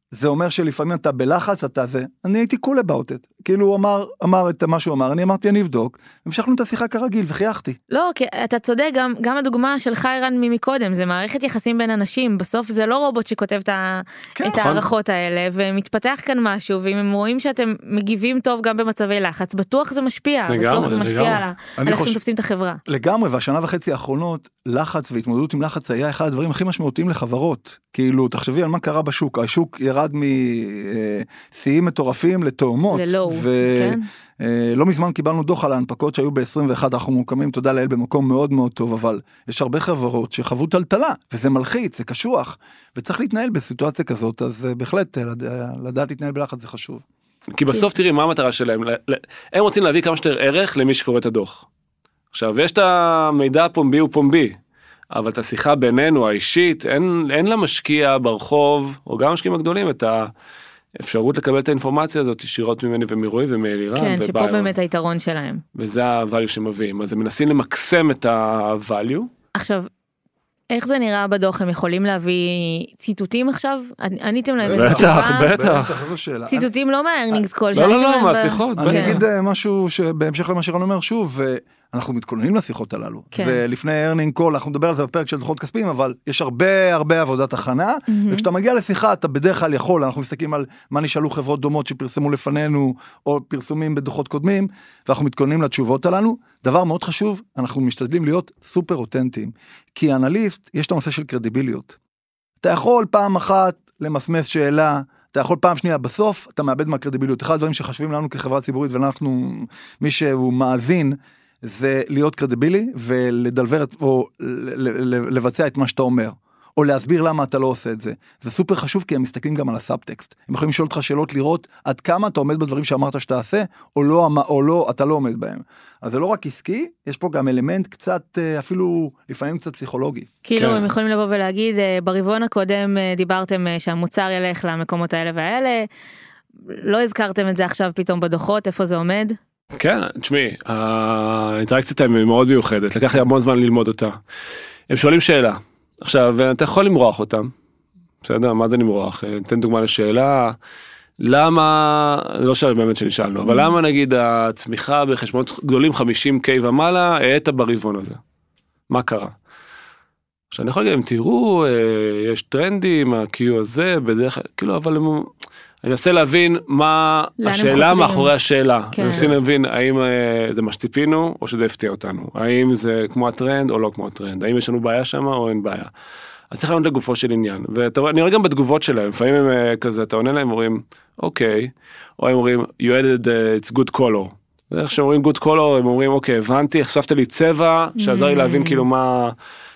זה אומר שלפעמים אתה בלחץ, אתה זה, אני הייתי cool about it, כאילו הוא אמר, אמר את מה שהוא אמר, אני אמרתי אני אבדוק, המשכנו את השיחה כרגיל וחייכתי. לא, כי אתה צודק, גם, גם הדוגמה של חיירן ממקודם, זה מערכת יחסים בין אנשים, בסוף זה לא רובוט שכותב את, ה, כן, את הערכות האלה, ומתפתח כאן משהו, ואם הם רואים שאתם מגיבים טוב גם במצבי לחץ, בטוח זה משפיע, לגמרי, בטוח זה משפיע לגמרי. על ה- אני על איך חושב- אתם תופסים את החברה. לגמרי, והשנה וחצי האחרונות, לחץ והתמודדות עם לחץ היה אחד הדברים הכי משמעותיים לחברות. כאילו, תחשבי על מה קרה בשוק. השוק ירד משיאים מטורפים לתאומות. ללואו, כן. ולא מזמן קיבלנו דוח על ההנפקות שהיו ב-עשרים ואחת, אנחנו מוקמים, תודה לאל, במקום מאוד מאוד טוב, אבל יש הרבה חברות שחוו טלטלה, וזה מלחיץ, זה קשוח, וצריך להתנהל בסיטואציה כזאת, אז אה, בהחלט, אה, לדע- לדעת להתנהל בלחץ זה חשוב. כי בסוף תראי מה המטרה שלהם, ל- ל- הם רוצים להביא כמה שיותר ערך למי שקורא את הדוח. עכשיו, יש את המידע הפומבי הוא פומבי, אבל את השיחה בינינו האישית, אין, אין לה משקיע ברחוב, או גם משקיעים הגדולים, את האפשרות לקבל את האינפורמציה הזאת ישירות ממני ומרועי ומאלירן. כן, שפה וביירון. באמת היתרון שלהם. וזה ה-value שמביאים, אז הם מנסים למקסם את ה-value. עכשיו, איך זה נראה בדוח? הם יכולים להביא ציטוטים עכשיו? ענ- עניתם להם איזה בטח, תשובה? בטח. זו שאלה. ציטוטים לא מהארנינגס קול. לא, לא, שעניתם לא, להם ב- מהשיחות, אני כן. אגיד אה, משהו שבהמשך למה שרן אומר שוב, אה, אנחנו מתכוננים לשיחות הללו, כן. ולפני ארנינג קול, אנחנו נדבר על זה בפרק של דוחות כספיים, אבל יש הרבה הרבה עבודת הכנה, וכשאתה מגיע לשיחה אתה בדרך כלל יכול, אנחנו מסתכלים על מה נשאלו חברות דומות שפרסמו לפנינו, או פרסומים בדוחות קודמים, ואנחנו מתכוננים לתשובות הללו. דבר מאוד חשוב, אנחנו משתדלים להיות סופר אותנטיים, כי אנליסט יש את הנושא של קרדיביליות. אתה יכול פעם אחת למסמס שאלה, אתה יכול פעם שנייה, בסוף אתה מאבד מהקרדיביליות. אחד הדברים שחשבים לנו כחברה ציבורית, ואנחנו, מי שהוא מאזין, זה להיות קרדיבילי, ולדלבר, את- או ל- ל- לבצע את מה שאתה אומר, או להסביר למה אתה לא עושה את זה. זה סופר חשוב, כי הם מסתכלים גם על הסאבטקסט. הם יכולים לשאול אותך שאלות, לראות עד כמה אתה עומד בדברים שאמרת שתעשה, או לא, או לא, אתה לא עומד בהם. אז זה לא רק עסקי, יש פה גם אלמנט קצת, אה, אפילו לפעמים קצת פסיכולוגי. כאילו כן. הם יכולים לבוא ולהגיד, אה, ברבעון הקודם אה, דיברתם אה, שהמוצר ילך למקומות האלה והאלה, לא הזכרתם את זה עכשיו פתאום בדוחות, איפה זה עומד? כן, תשמעי, האינטראקציה שלהם היא מאוד מיוחדת, לקח לי המון זמן ללמוד אותה. הם שואלים שאלה, עכשיו, אתה יכול למרוח אותם, בסדר? מה זה למרוח? תן דוגמה לשאלה, למה, לא שאלה באמת שנשאלנו, אבל למה נגיד הצמיחה בחשבונות גדולים חמישים קיי ומעלה, העית ברבעון הזה? מה קרה? עכשיו, אני יכול להגיד, אם תראו, יש טרנדים, ה-Q הזה, בדרך כלל, כאילו, אבל הם... אני מנסה להבין מה לאן הם השאלה חותרים. מאחורי השאלה. כן. אני מנסה להבין האם אה, זה מה שציפינו או שזה הפתיע אותנו. האם זה כמו הטרנד או לא כמו הטרנד. האם יש לנו בעיה שם או אין בעיה. אז צריך לענות לגופו של עניין. ואני רואה גם בתגובות שלהם. לפעמים הם אה, כזה, אתה עונה להם, אומרים, אוקיי. או הם אומרים, you added uh, it's good color. ואיך שאומרים good color, הם אומרים, אוקיי, הבנתי, חשפת לי צבע, שעזר לי להבין כאילו מה...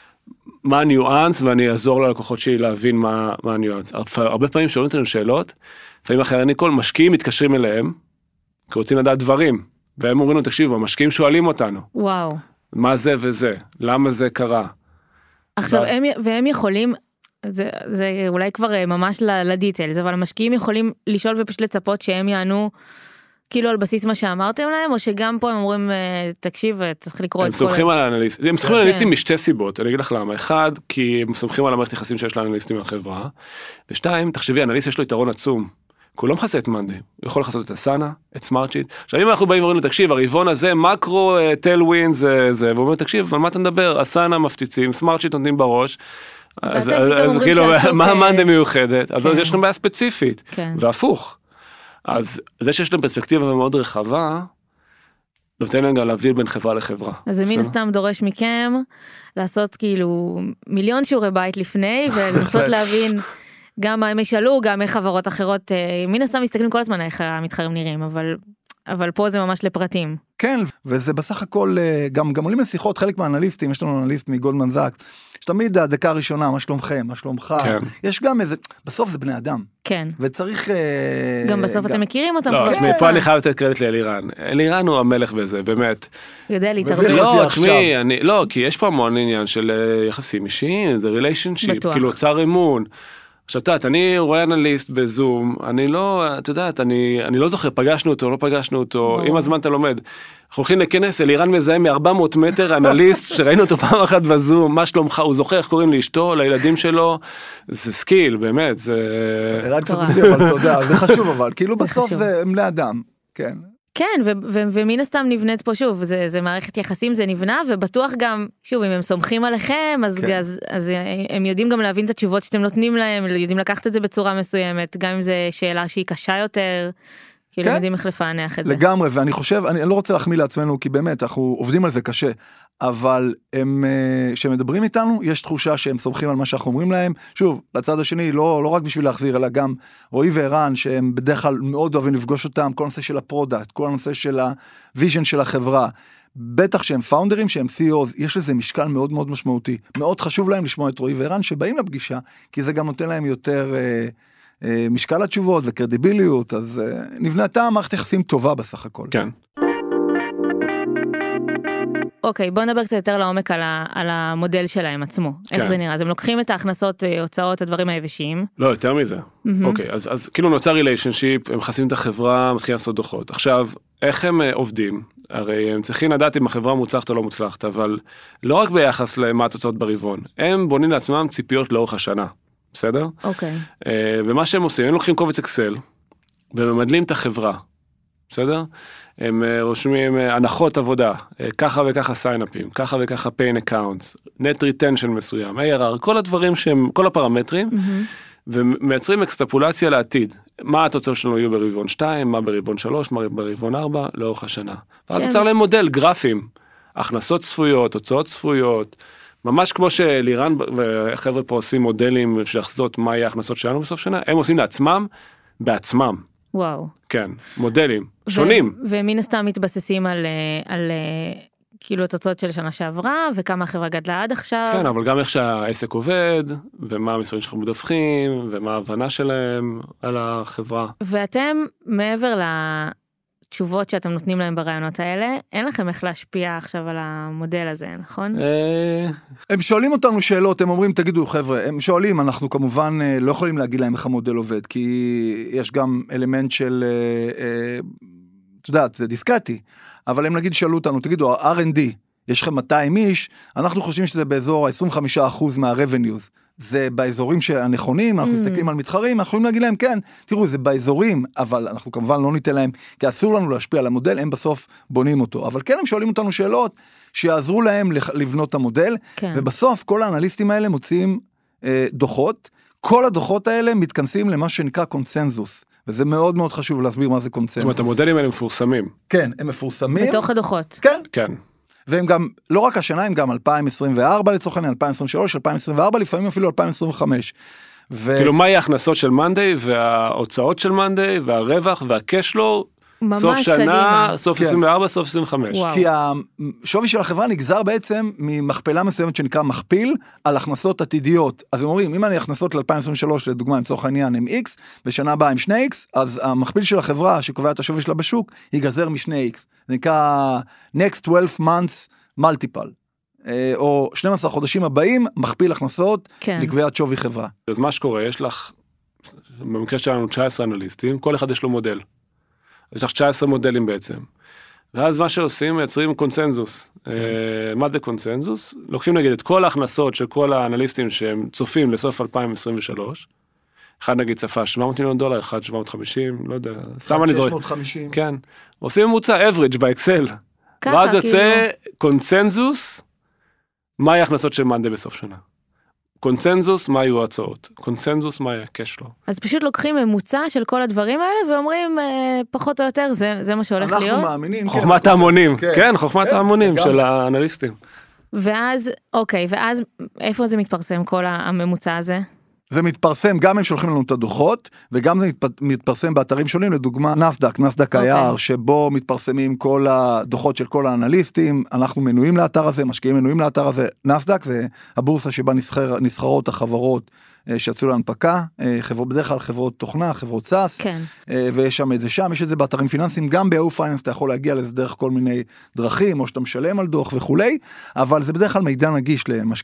מה הניואנס, ואני אעזור ללקוחות שלי להבין מה, מה הניואנס. הרבה פעמים שואלים אותנו שאלות, לפעמים אחרי ניקול, משקיעים מתקשרים אליהם, כי רוצים לדעת דברים, והם אומרים לנו, תקשיבו, המשקיעים שואלים אותנו, וואו. מה זה וזה, למה זה קרה. עכשיו, ב- הם, והם יכולים, זה, זה אולי כבר אה, ממש ל- לדיטיילס, אבל המשקיעים יכולים לשאול ופשוט לצפות שהם יענו, כאילו על בסיס מה שאמרתם להם, או שגם פה הם אומרים, אה, תקשיב, צריך לקרוא הם את כל... סומכים על האנליסטים, הם סומכים על כן. האנליסטים משתי סיבות, אני אגיד לך למה, אחד, כי הם סומכים על המערכת יחסים שיש לאנליסטים בחברה, ושתיים, תחשבי, אנליסט יש לו יתרון עצום, כי הוא לא מכסה את מאנדי, הוא יכול לכסות את הסאנה, את סמארט-שיט. עכשיו אם אנחנו באים ואומרים לו, תקשיב, הרבעון הזה, מקרו, טל ווין, זה, זה, והוא אומר, תקשיב, על מה אתה מדבר? הסאנה מפציצים, סמארט-שיט נותנים בראש, אז, ואתם אז, פתאום אז אומרים כאילו, שהשוק, מה אה, מאנדי מיוחדת? אז כן. יש לכם בעיה ספציפית, כן. והפוך. אז זה שיש להם פרספקטיבה מאוד רחבה, נותן להם גם להבדיל בין חברה לחברה. אז זה מן בסדר? הסתם דורש מכם לעשות כאילו מיליון שיעורי בית לפני ולנסות להבין גם מה הם ישאלו, גם איך חברות אחרות, אה, מן הסתם מסתכלים כל הזמן איך המתחרים נראים, אבל, אבל פה זה ממש לפרטים. כן, וזה בסך הכל, אה, גם, גם עולים לשיחות, חלק מהאנליסטים, יש לנו אנליסט מגולדמן זאקס, שתמיד הדקה הראשונה, מה שלומכם, מה שלומך, כן. יש גם איזה, בסוף זה בני אדם, כן. וצריך... אה, גם בסוף אתם מכירים אותם לא, כבר. תשמעי, פה אני חייב לתת קרדיט לאלירן. אלירן הוא המלך בזה, באמת. יודע להתערב. מבין. לא, אותי תשמעי, אני, לא, כי יש פה המון עניין של אה, יחסים אישיים, זה ריליישנשיפ, בטוח. כאילו אוצר אמון. עכשיו, אתה יודעת, אני רואה אנליסט בזום, אני לא, אתה יודעת, אני, אני לא זוכר, פגשנו אותו, לא פגשנו אותו, עם הזמן אתה לומד. אנחנו הולכים לכנס, אלירן מזהה מ-ארבע מאות מטר, אנליסט, שראינו אותו פעם אחת בזום, מה שלומך, הוא זוכר איך קוראים לאשתו, לילדים שלו, זה סקיל, באמת, זה... אלירן קצת מדי, אבל תודה, זה חשוב אבל, כאילו בסוף זה בני אדם, כן. כן, ו- ו- ומן הסתם נבנית פה שוב, זה, זה מערכת יחסים, זה נבנה, ובטוח גם, שוב, אם הם סומכים עליכם, אז, כן. אז, אז הם יודעים גם להבין את התשובות שאתם נותנים להם, יודעים לקחת את זה בצורה מסוימת, גם אם זו שאלה שהיא קשה יותר, כאילו כן. יודעים איך לפענח את זה. לגמרי, ואני חושב, אני לא רוצה להחמיא לעצמנו, כי באמת, אנחנו עובדים על זה קשה, אבל הם, שמדברים איתנו, יש תחושה שהם סומכים על מה שאנחנו אומרים להם, שוב, לצד השני, לא, לא רק בשביל להחזיר, אלא גם רועי וערן, שהם בדרך כלל מאוד אוהבים לפגוש אותם, כל הנושא של הפרודקט, כל הנושא של הוויז'ן של החברה, בטח שהם פאונדרים, שהם סי איו, יש לזה משקל מאוד מאוד משמעותי, מאוד חשוב להם לשמוע את רועי וערן, שבאים לפגישה, כי זה גם נותן להם יותר אה, אה, משקל התשובות וקרדיביליות, אז אה, נבנתה מערכת יחסים טובה בסך הכל. כן. אוקיי, בוא נדבר קצת יותר לעומק על, ה, על המודל שלהם עצמו. כן. איך זה נראה? אז הם לוקחים את ההכנסות, הוצאות, הדברים היבשים. לא, יותר מזה. אוקיי, אז, אז כאילו נוצר ריליישנשיפ, הם מחסים את החברה, מתחילים לעשות דוחות. עכשיו, איך הם עובדים? הרי הם צריכים לדעת אם החברה מוצלחת או לא מוצלחת, אבל לא רק ביחס למה התוצאות ברבעון, הם בונים לעצמם ציפיות לאורך השנה. בסדר? אוקיי. ומה שהם עושים, הם לוקחים קובץ אקסל, וממדלים את החברה. בסדר? הם רושמים הנחות עבודה, ככה וככה סיינאפים, ככה וככה pain accounts, net retention מסוים, איי אר אר, כל הדברים שהם, כל הפרמטרים, ומייצרים אקסטרפולציה לעתיד. מה התוצאות שלנו יהיו ברבעון שתיים, מה ברבעון שלוש, מה ברבעון ארבע, לאורך השנה. ואז יוצר להם מודל, גרפים, הכנסות צפויות, הוצאות צפויות, ממש כמו שלירן וחבר'ה פה עושים מודלים שיחזות מה יהיה ההכנסות שלנו בסוף שנה, הם עושים לעצמם, בעצמם. וואו. כן, מודלים, שונים. ומן הסתם מתבססים על, על כאילו התוצאות של שנה שעברה, וכמה החברה גדלה עד עכשיו. כן, אבל גם איך שהעסק עובד, ומה המספרים שאנחנו מדווחים, ומה ההבנה שלהם על החברה. ואתם, מעבר לתשובות שאתם נותנים להם ברעיונות האלה, אין לכם איך להשפיע עכשיו על המודל הזה, נכון? הם שואלים אותנו שאלות, הם אומרים, תגידו חבר'ה, הם שואלים, אנחנו כמובן לא יכולים להגיד להם איך המודל עובד, כי יש גם אלמנט של, אתה יודעת, זה דיסקטי, אבל הם נגיד שאלו אותנו, תגידו, ה-אר אנד די, יש לכם מאתיים איש, אנחנו חושבים שזה באזור ה-עשרים וחמישה אחוז מה-revenues, זה באזורים הנכונים, אנחנו מסתכלים על מתחרים, אנחנו יכולים להגיד להם, כן, תראו, זה באזורים, אבל אנחנו כמובן לא ניתן להם, כי אסור לנו להשפיע על המודל, הם בסוף בונים אותו, אבל כן הם שואלים אותנו שאלות, שיעזרו להם לבנות את המודל, כן. ובסוף כל האנליסטים האלה מוציאים אה, דוחות, כל הדוחות האלה מתכנסים למה שנקרא קונצנזוס, וזה מאוד מאוד חשוב להסביר מה זה קונצנזוס. זאת אומרת, המודלים האלה מפורסמים. כן, הם מפורסמים. בתוך הדוחות. כן. כן. והם גם, לא רק השנה, הם גם אלפיים עשרים וארבע לצורך העניין, אלפיים עשרים ושלוש, אלפיים עשרים וארבע, לפעמים אפילו אלפיים עשרים וחמש. ו... כאילו, מה יהיה ההכנסות של מנדי, וההוצאות של מנדי, והרווח, והקשלו, סוף שנה, קדימה. סוף כן. עשרים וארבע, סוף עשרים וחמש. וואו. כי השווי של החברה נגזר בעצם ממכפלה מסוימת שנקרא מכפיל, על הכנסות עתידיות. אז הם אומרים, אם אני הכנסות ל-אלפיים עשרים ושלוש, לדוגמה, לצורך העניין הם X, בשנה הבאה הם שני X, אז המכפיל של החברה שקובע את השווי שלה בשוק, ייגזר משני X. זה נקרא next twelve months multiple, או שנים עשר חודשים הבאים, מכפיל הכנסות כן. לקביעת שווי חברה. אז מה שקורה, יש לך, במקרה שלנו תשע עשרה אנליסטים, כל אחד יש לו מודל. יש לך תשע עשרה מודלים בעצם. ואז מה שעושים, מייצרים קונצנזוס. כן. מה זה קונצנזוס? לוקחים נגיד את כל ההכנסות של כל האנליסטים שהם צופים לסוף אלפיים עשרים ושלוש, אחד נגיד צפה שבע מאות מיליון דולר, אחד שבע מאות וחמישים, לא יודע, סתם אני זורק. שש מאות וחמישים. כן. עושים ממוצע average באקסל. ואז יוצא קונצנזוס, מה יהיה הכנסות של מנדי בסוף שנה. קונצנזוס, מה יהיו ההצעות. קונצנזוס, מה יהיה הקש לו. אז פשוט לוקחים ממוצע של כל הדברים האלה, ואומרים, אה, פחות או יותר, זה, זה מה שהולך אנחנו להיות. אנחנו מאמינים. חוכמת ההמונים. כן, כן, חוכמת כן, ההמונים של האנליסטים. ואז, אוקיי, ואז איפה זה מתפרסם, כל הממוצע הזה? זה מתפרסם, גם הם שולחים לנו את הדוחות, וגם זה מתפרסם באתרים שונים, לדוגמה נסדק, נסדק איי-אר, שבו מתפרסמים כל הדוחות של כל האנליסטים, אנחנו מנויים לאתר הזה, משקיעים מנויים לאתר הזה, נסדק זה הבורסה שבה נסחר, נסחרות החברות שיצאו להנפקה, חברות, בדרך כלל חברות תוכנה, חברות סאס, כן. ויש שם את זה שם, יש את זה באתרים פיננסיים, גם ב-יאהו פייננס אתה יכול להגיע לזה דרך כל מיני דרכים, או שאתה משלם על דוח וכולי, אבל זה בדרך כלל מידע נגיש למשקיעים.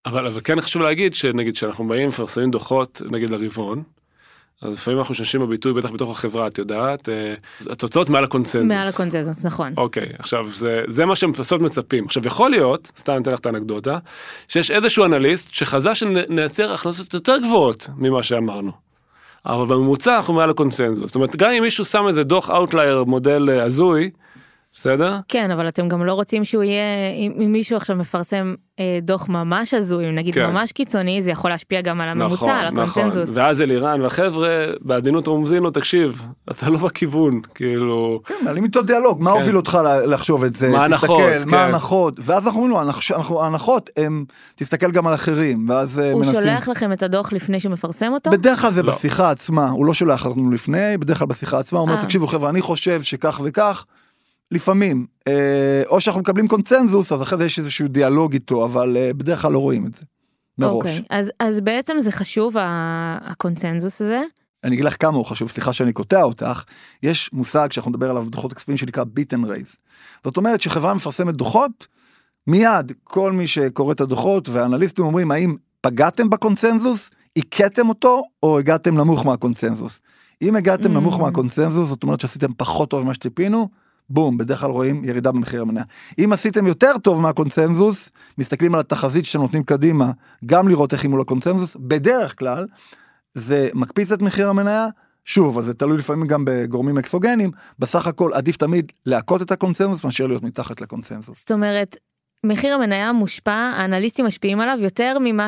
אבל, אבל כן חשוב להגיד שנגיד שאנחנו באים מפרסמים דוחות נגיד לרבעון, אז לפעמים אנחנו משתמשים בביטוי, בטח בתוך החברה, את יודעת, התוצאות מעל הקונצנזוס. מעל הקונצנזוס, נכון. אוקיי, עכשיו זה, זה מה שהם בסוף מצפים. עכשיו יכול להיות, סתם ניתן לך את האנקדוטה, שיש איזשהו אנליסט שחזה שנייצר הכנסות יותר גבוהות ממה שאמרנו. אבל בממוצע אנחנו מעל הקונצנזוס. זאת אומרת, גם אם מישהו שם איזה דוח אאוטלייר מודל הזוי, בסדר? כן, אבל אתם גם לא רוצים שהוא יהיה, אם מישהו עכשיו מפרסם אה, דוח ממש הזוי, נגיד כן. ממש קיצוני, זה יכול להשפיע גם על הממוצע, נכון, על הקונצנזוס. נכון. ואז אלירן והחבר'ה, בעדינות רומזים לו, תקשיב, אתה לא בכיוון, כאילו... כן, מעלים איתו דיאלוג, מה כן. הוביל אותך לחשוב את זה? מה הנחות, תסתכל, כן. מה הנחות, ואז אנחנו אומרים לו, ההנחות הם, תסתכל גם על אחרים, ואז הוא מנסים... שולח לכם את הדוח לפני שהוא מפרסם אותו? בדרך כלל זה לא. בשיחה עצמה, הוא לא שולח לנו לפני, בדרך כלל בשיחה עצמה, הוא אומר, אה. תקשיבו חבר'ה, אני חושב שכך וכך, לפעמים, אה, או שאנחנו מקבלים קונצנזוס, אז אחרי זה יש איזשהו דיאלוג איתו, אבל אה, בדרך כלל לא רואים את זה, מראש. אוקיי, אז, אז בעצם זה חשוב, ה- הקונצנזוס הזה? אני אגיד לך כמה הוא חשוב, סליחה שאני קוטע אותך, יש מושג שאנחנו נדבר עליו בדוחות הכספיים שנקרא beat and raise. זאת אומרת שחברה מפרסמת דוחות, מיד כל מי שקורא את הדוחות והאנליסטים אומרים, האם פגעתם בקונצנזוס, עיקתם אותו, או הגעתם נמוך מהקונצנזוס. אם הגעתם Mm. נמוך מהקונצנזוס, זאת אומרת שעשיתם פחות טוב ממה שציפינו, בום, בדרך כלל רואים ירידה במחיר המניה. אם עשיתם יותר טוב מהקונצנזוס, מסתכלים על התחזית שאתם נותנים קדימה, גם לראות איך היא מול הקונצנזוס, בדרך כלל, זה מקפיץ את מחיר המניה, שוב, אבל זה תלוי לפעמים גם בגורמים אקסוגנים, בסך הכל עדיף תמיד להכות את הקונצנזוס, מאשר להיות מתחת לקונצנזוס. זאת אומרת, מחיר המניה מושפע, האנליסטים משפיעים עליו יותר ממה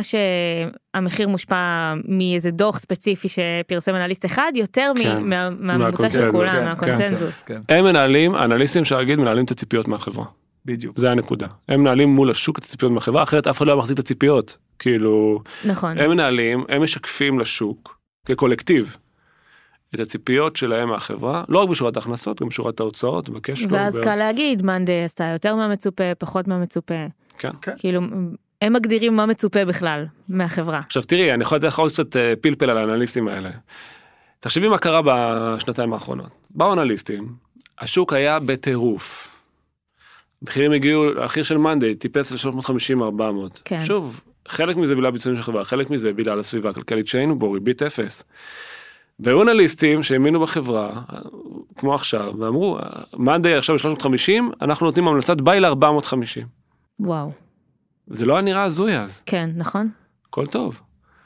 שהמחיר מושפע מאיזה דוח ספציפי שפרסם אנליסט אחד, יותר כן. מ- מה- מהממוצע מהקונצנזוס, של כולם, כן, מהקונצנזוס. כן, הם מנהלים, האנליסטים שהרגיל מנהלים את הציפיות מהחברה. בדיוק. זה הנקודה. הם מנהלים מול השוק את הציפיות מהחברה, אחרת אף אחד לא מחזיק את הציפיות. כאילו, נכון. הם מנהלים, הם משקפים לשוק, כקולקטיב, את הציפיות שלהם מהחברה, לא רק בשורת ההכנסות, גם בשורת ההוצאות, בקש לו. ואז קל להגיד, מאנדי עשתה יותר מהמצופה, פחות מהמצופה. כן. כאילו, הם מגדירים מה מצופה בכלל מהחברה. עכשיו תראי, אני יכול לתת לך עוד קצת אה, פלפל על האנליסטים האלה. תחשבי מה קרה בשנתיים האחרונות. באו אנליסטים, השוק היה בטירוף. מחירים הגיעו, המחיר של מאנדי טיפס ל-שלוש מאות חמישים עד ארבע מאות. כן. שוב, חלק מזה בגלל ביצועים של חברה, חלק מזה בגלל הסביבה הכלכלית שהיינו בו, ריבית אפס. והיו אנליסטים שהאמינו בחברה, כמו עכשיו, ואמרו, מאנדי עכשיו ב-שלוש מאות וחמישים, אנחנו נותנים המלצת ביי ל-ארבע מאות וחמישים. וואו. זה לא היה נראה הזוי אז. כן, נכון? הכל טוב.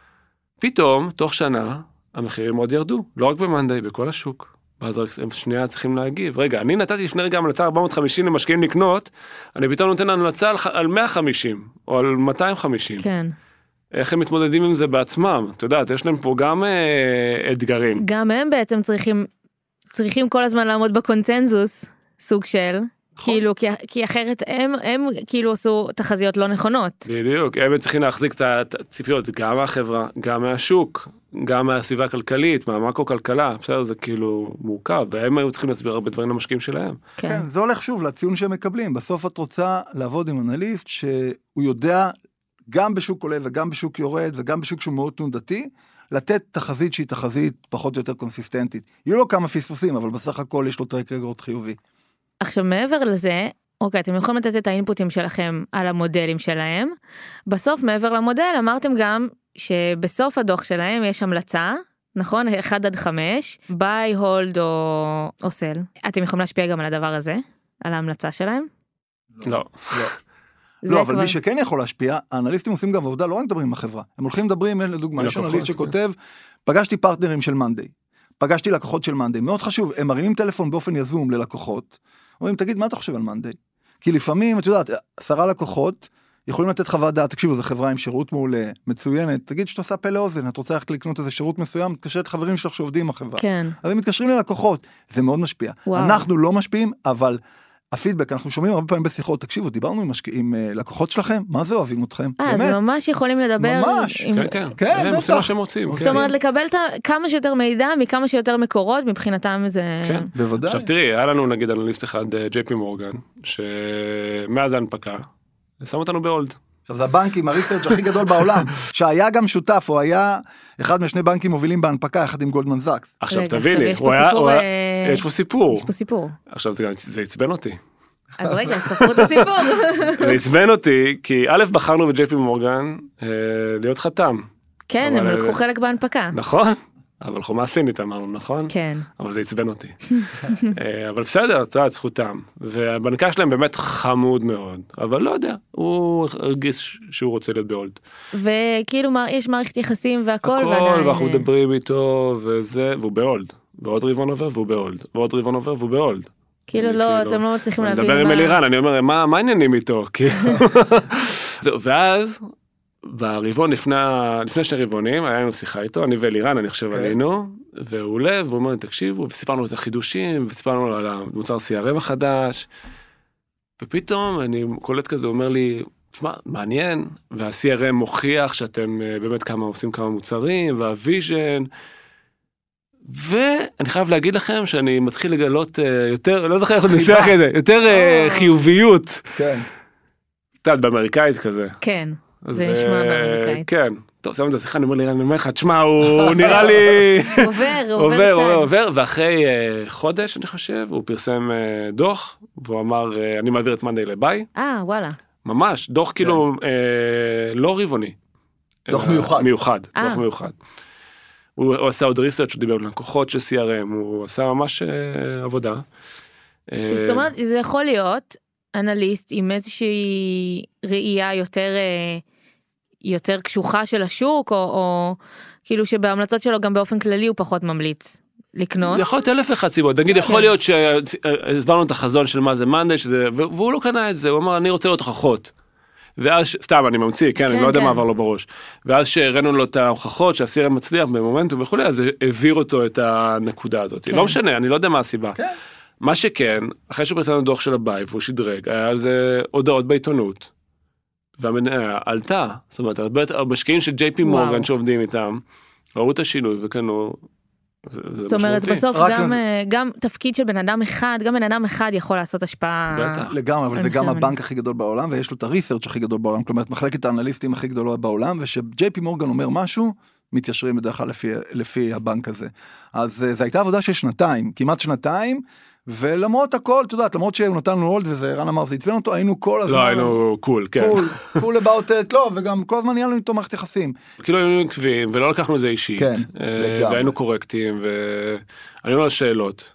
פתאום, תוך שנה, המחירים מאוד ירדו, לא רק במאנדי, בכל השוק. ואז הם שנייה צריכים להגיב. רגע, אני נתתי לפני רגע המלצה ארבע מאות וחמישים למשקיעים לקנות, אני פתאום נותן המלצה על, על מאה וחמישים, או על מאתיים וחמישים. כן. איך הם מתמודדים עם זה בעצמם? אתה יודעת, יש להם פה גם אה, אתגרים. גם הם בעצם צריכים, צריכים כל הזמן לעמוד בקונצנזוס, סוג של, כאילו, כי, כי אחרת הם, הם כאילו עשו תחזיות לא נכונות. בדיוק, הם צריכים להחזיק את הציפיות, גם מהחברה, גם מהשוק, גם מהסביבה הכלכלית, מהמקרו-כלכלה, בסדר, זה כאילו מורכב, והם היו צריכים להסביר הרבה דברים למשקיעים שלהם. כן. כן, זה הולך שוב לציון שהם מקבלים. בסוף את רוצה לעבוד עם אנליסט שהוא יודע גם בשוק עולה וגם בשוק יורד וגם בשוק שהוא מאוד תנודתי, לתת תחזית שהיא תחזית פחות או יותר קונסיסטנטית. יהיו לו כמה פספוסים, אבל בסך הכל יש לו טרק רגורד חיובי. עכשיו מעבר לזה, אוקיי, אתם יכולים לתת את האינפוטים שלכם על המודלים שלהם. בסוף מעבר למודל אמרתם גם שבסוף הדוח שלהם יש המלצה, נכון? אחד עד חמש, buy, hold או, או sell. אתם יכולים להשפיע גם על הדבר הזה, על ההמלצה שלהם? לא. לא. זה לא, אבל כבר- מי שכן יכול להשפיע, האנליסטים עושים גם עבודה, לא רק מדברים עם החברה. הם הולכים מדברים, לדוגמה, יש לקוחות, אנליסט כן. שכותב, פגשתי פרטנרים של מאנדי, פגשתי לקוחות של מאנדי, מאוד חשוב, הם מרימים טלפון באופן יזום ללקוחות, אומרים, תגיד, מה אתה חושב על מאנדי? כי לפעמים, את יודעת, עשרה לקוחות, יכולים לתת חוות דעת, תקשיבו, זו חברה עם שירות מעולה, מצוינת, תגיד שאתה עושה פה לאוזן, את רוצה ללכת לקנות איזה שירות מסוים, מתקשרת חברים שלך שעובדים עם החברה. כן. אז הם מתקשרים ללקוחות, זה מאוד משפיע. וואו. אנחנו לא משפיעים, אבל הפידבק, אנחנו שומעים הרבה פעמים בשיחות, תקשיבו, דיברנו עם, משק... עם uh, לקוחות שלכם, מה זה אוהבים אתכם? אה, אז באמת? ממש יכולים לדבר. ממש, עם... כן, כן. כן, הם עושים בטח. מה שהם רוצים. זאת כן. זאת אומרת, לקבל את ה- כמה שיותר מידע מכמה שיותר מקורות, מבחינתם זה... כן. בוודאי. עכשיו תראי, היה לנו נגיד אנליסט אחד, ג'יי פי מורגן, שמאז ההנפקה, שם אותנו בהולד. עכשיו זה הבנקים, הריסרצ' הכי גדול בעולם, שהיה גם שותף, הוא היה אחד משני בנקים מובילים בהנפקה, יחד עם גולדמן זאקס. עכשיו רגע, תביני, עכשיו יש הוא פה היה, סיפור, הוא היה, אה, יש פה סיפור. יש פה סיפור. עכשיו זה גם- זה עצבן אותי. אז רגע, ספרו את הסיפור. זה עצבן אותי, כי א' בחרנו בג'יי פי מורגן להיות חתם. כן, הם לקחו חלק בהנפקה. נכון, אבל חומה סינית אמרנו, נכון? כן. אבל זה עצבן אותי. אבל בסדר, זה זכותם. והבנקה שלהם באמת חמוד מאוד, אבל לא יודע, הוא הרגיש שהוא רוצה להיות בהולד. וכאילו יש מערכת יחסים והכל. הכל, ואנחנו מדברים איתו, וזה, והוא בהולד. ועוד רבעון עובר והוא בהולד. ועוד רבעון עובר והוא בהולד. כאילו לא, אתם לא מצליחים להבין מה... אני מדבר עם אלירן, אני אומר, מה העניינים איתו? ואז, ברבעון, לפני שני רבעונים, היה לנו שיחה איתו, אני ואלירן, אני חושב עלינו, והוא עולה, והוא אומר, תקשיבו, וסיפרנו את החידושים, וסיפרנו על המוצר סי אר אם החדש, ופתאום אני קולט כזה, הוא אומר לי, תשמע, מעניין, וה-סי אר אם מוכיח שאתם באמת כמה עושים כמה מוצרים, והוויז'ן, ואני חייב להגיד לכם שאני מתחיל לגלות יותר, לא זוכר איך עוד ניסח את זה, יותר חיוביות. כן. קצת באמריקאית כזה. כן, זה נשמע באמריקאית. כן. טוב, שמים את השיחה, אני אומר לי, אני אומר לך, תשמע, הוא נראה לי... עובר, עובר, עובר, עובר, ואחרי חודש, אני חושב, הוא פרסם דוח, והוא אמר, אני מעביר את מנדי לביי. אה, וואלה. ממש, דוח כאילו לא רבעוני. דוח מיוחד. מיוחד, דוח מיוחד. הוא עשה עוד ריסרצ', הוא דיבר על לקוחות של סי אר אם, הוא עשה ממש עבודה. זאת אומרת, זה יכול להיות אנליסט עם איזושהי ראייה יותר, יותר קשוחה של השוק, או, או כאילו שבהמלצות שלו גם באופן כללי הוא פחות ממליץ לקנות. יכול להיות אלף אחד סיבות, נגיד יכול להיות שהסברנו את החזון של מה זה מנדי, והוא לא קנה את זה, הוא אמר אני רוצה להיות הוכחות. ואז, סתם, אני ממציא, כן, אני לא יודע מה עבר לו בראש. ואז שהראינו לו את ההוכחות שהסי אר אם מצליח במומנטום וכו', אז העביר אותו את הנקודה הזאת. לא משנה, אני לא יודע מה הסיבה. מה שכן, אחרי שהוא פרסם דוח של הביי, והוא שדרג, היה על זה הודעות בעיתונות. והמניה עלתה. זאת אומרת, המשקיעים של ג'יי פי מורגן שעובדים איתם, ראו את השינוי וקנו... זאת אומרת, בסוף גם, גם תפקיד של בן אדם אחד, גם בן אדם אחד יכול לעשות השפעה. לגמרי, אבל זה גם הבנק הכי גדול בעולם, ויש לו את הריסרצ' הכי גדול בעולם, כלומר, מחלקת האנליסטים הכי גדולה בעולם, ושג'יי פי מורגן אומר משהו, מתיישרים בדרך כלל לפי, לפי הבנק הזה. אז זו הייתה עבודה של שנתיים, כמעט שנתיים, ולמרות הכל, אתה יודעת, למרות שהוא נתן לנו הולד, וזה רן אמר, זה עצבן אותו, היינו כל הזמן... לא, היינו קול, כן. קול, קול about it, לא, וגם כל הזמן נהיה לנו איתו מערכת יחסים. כאילו היינו עקביים, ולא לקחנו את זה אישית. כן, לגמרי. והיינו קורקטים, וענינו על שאלות.